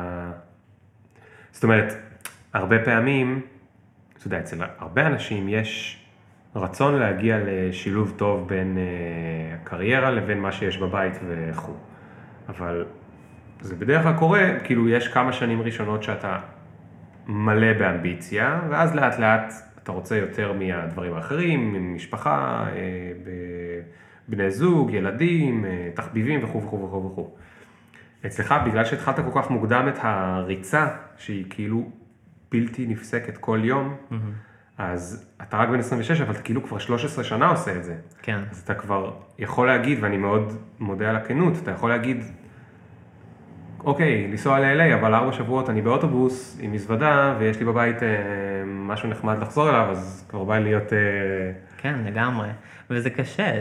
זאת אומרת, הרבה פעמים, אתה יודע, אצל הרבה אנשים יש רצון להגיע לשילוב טוב בין הקריירה לבין מה שיש בבית וכו'. אבל זה בדרך כלל קורה, כאילו יש כמה שנים ראשונות שאתה מלא באמביציה, ואז לאט לאט אתה רוצה יותר מהדברים האחרים, משפחה, בני זוג, ילדים, תחביבים וכו' וכו' וכו' וכו'. אצלך, בגלל שהתחלת כל כך מוקדם את הריצה, שהיא כאילו בלתי נפסקת כל יום, אז אתה רק בן 26, אבל אתה כאילו כבר 13 שנה עושה את זה. כן. אז אתה כבר יכול להגיד, ואני מאוד מודה על הכנות, אתה יכול להגיד, אוקיי, לנסוע ל-LA, אבל 4 שבועות אני באוטובוס עם מזוודה, ויש לי בבית משהו נחמד לחזור אליו, אז כבר בא להיות... כן, לגמרי. וזה קשה,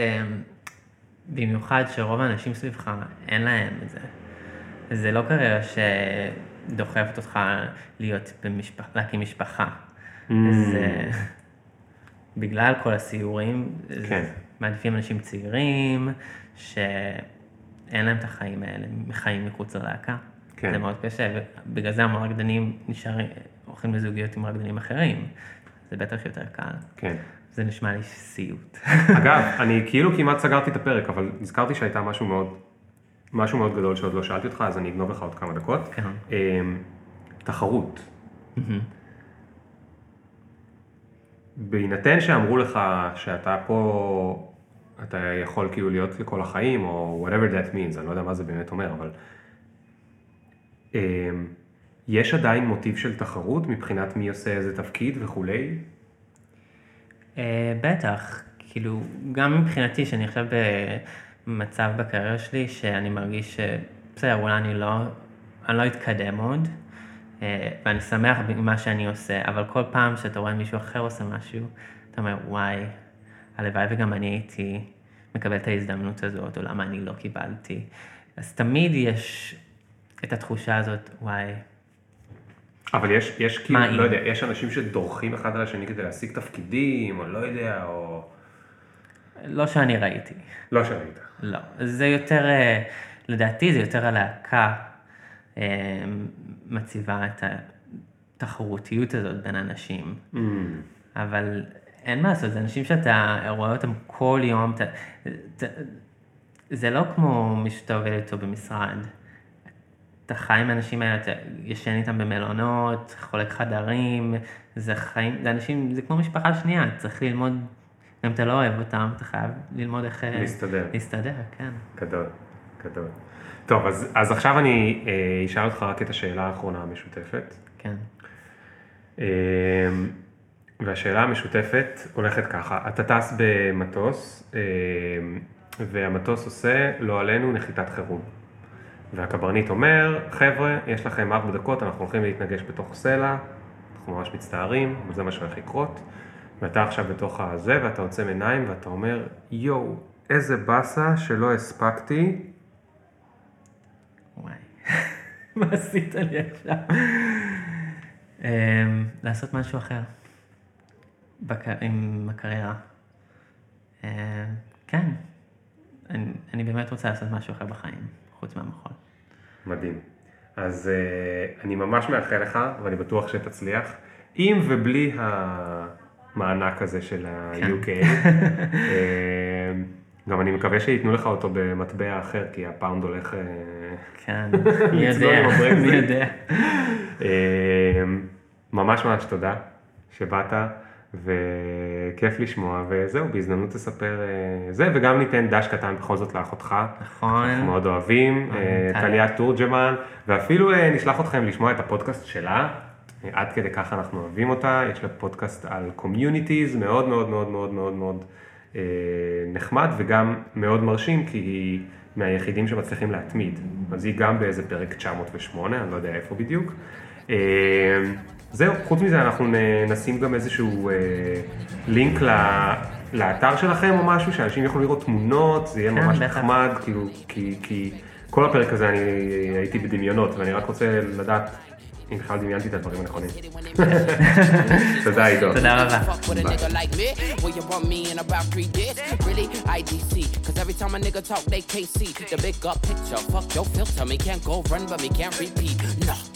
במיוחד שרוב האנשים סביבך אין להם את זה. זה לא קריירה שדוחפת אותך להקים משפחה. אז בגלל כל הסיורים, מעדיפים אנשים צעירים, שאין להם את החיים האלה, חיים מחוץ ללהקה. זה מאוד קשה, ובגלל זה הרקדנים הולכים לזוגיות עם רקדנים אחרים. זה בטח יותר קל. כן. זה נשמע לי סיוט. אגב, אני כאילו כמעט סגרתי את הפרק, אבל נזכרתי שהייתה משהו מאוד גדול שעוד לא שאלתי אותך, אז אני אגנוב לך עוד כמה דקות. כן. תחרות. בהינתן שאמרו לך שאתה פה, אתה יכול כאילו להיות לכל החיים, או whatever that means, אני לא יודע מה זה באמת אומר, אבל יש עדיין מוטיב של תחרות מבחינת מי עושה איזה תפקיד וכולי? בטח, כאילו, גם מבחינתי שאני עכשיו במצב בקריירה שלי, שאני מרגיש שבסדר, אולי אני לא אתקדם עוד, ואני שמח במה שאני עושה, אבל כל פעם שאתה רואה מישהו אחר עושה משהו, אתה אומר, וואי, הלוואי וגם אני הייתי מקבל את ההזדמנות הזאת, או למה אני לא קיבלתי. אז תמיד יש את התחושה הזאת, וואי. אבל יש כאילו, לא יודע, יש אנשים שדורכים אחד על השני כדי להשיג תפקידים, או לא יודע, או... לא שאני ראיתי. לא שראית. לא. זה יותר, לדעתי זה יותר הלהקה מציבה את התחרותיות הזאת בין אנשים. אבל אין מה לעשות, זה אנשים שאתה רואה אותם כל יום, זה לא כמו מי שאתה עובד איתו במשרד. אתה חי עם האנשים האלה, אתה ישן איתם במלונות, חולק חדרים, זה חיים, זה אנשים, זה כמו משפחה שנייה, צריך ללמוד, אם אתה לא אוהב אותם, אתה חייב ללמוד איך... להסתדר, כן. גדול. טוב, אז עכשיו אני אשאל אותך רק את השאלה האחרונה המשותפת. כן. והשאלה המשותפת הולכת ככה, אתה טס במטוס, והמטוס עושה, לא עלינו, נחיתת חירום. והקברניט אומר, חבר'ה, יש לכם 4 דקות, אנחנו הולכים להתנגש בתוך סלע, אנחנו ממש מצטערים, אבל זה מה שהולך לקרות. ואתה עכשיו בתוך הזה, ואתה עוצם עיניים, ואתה אומר, יואו, איזה בסה שלא הספקתי. וואי, מה עשית לי עכשיו? לעשות משהו אחר, עם הקריירה. כן, אני באמת רוצה לעשות משהו אחר בחיים. חוץ מהמחול. מדהים. אז אני ממש מאחל לך, ואני בטוח שתצליח, עם ובלי המענק הזה של ה-UK. גם אני מקווה שיתנו לך אותו במטבע אחר, כי הפאונד הולך... כן, אני יודע. ממש תודה שבאת, וכיף לשמוע, וזהו, בהזדמנות תספר זה, וגם ניתן דש קטן בכל זאת לאחותך. נכון. אנחנו מאוד אוהבים, טליה תורג'מן, ואפילו נשלח אתכם לשמוע את הפודקאסט שלה, עד כדי ככה אנחנו אוהבים אותה, יש לה פודקאסט על קומיוניטיז, מאוד מאוד מאוד מאוד מאוד מאוד נחמד, וגם מאוד מרשים, כי היא מהיחידים שמצליחים להתמיד, אז היא גם באיזה פרק 908, אני לא יודע איפה בדיוק. זהו, חוץ מזה אנחנו נשים גם איזשהו לינק לאתר שלכם או משהו, שאנשים יכולים לראות תמונות, זה יהיה ממש נחמד, כאילו, כי כל הפרק הזה אני הייתי בדמיונות, ואני רק רוצה לדעת אם בכלל דמיינתי את הדברים הנכונים. תודה עידו. תודה רבה. Bill.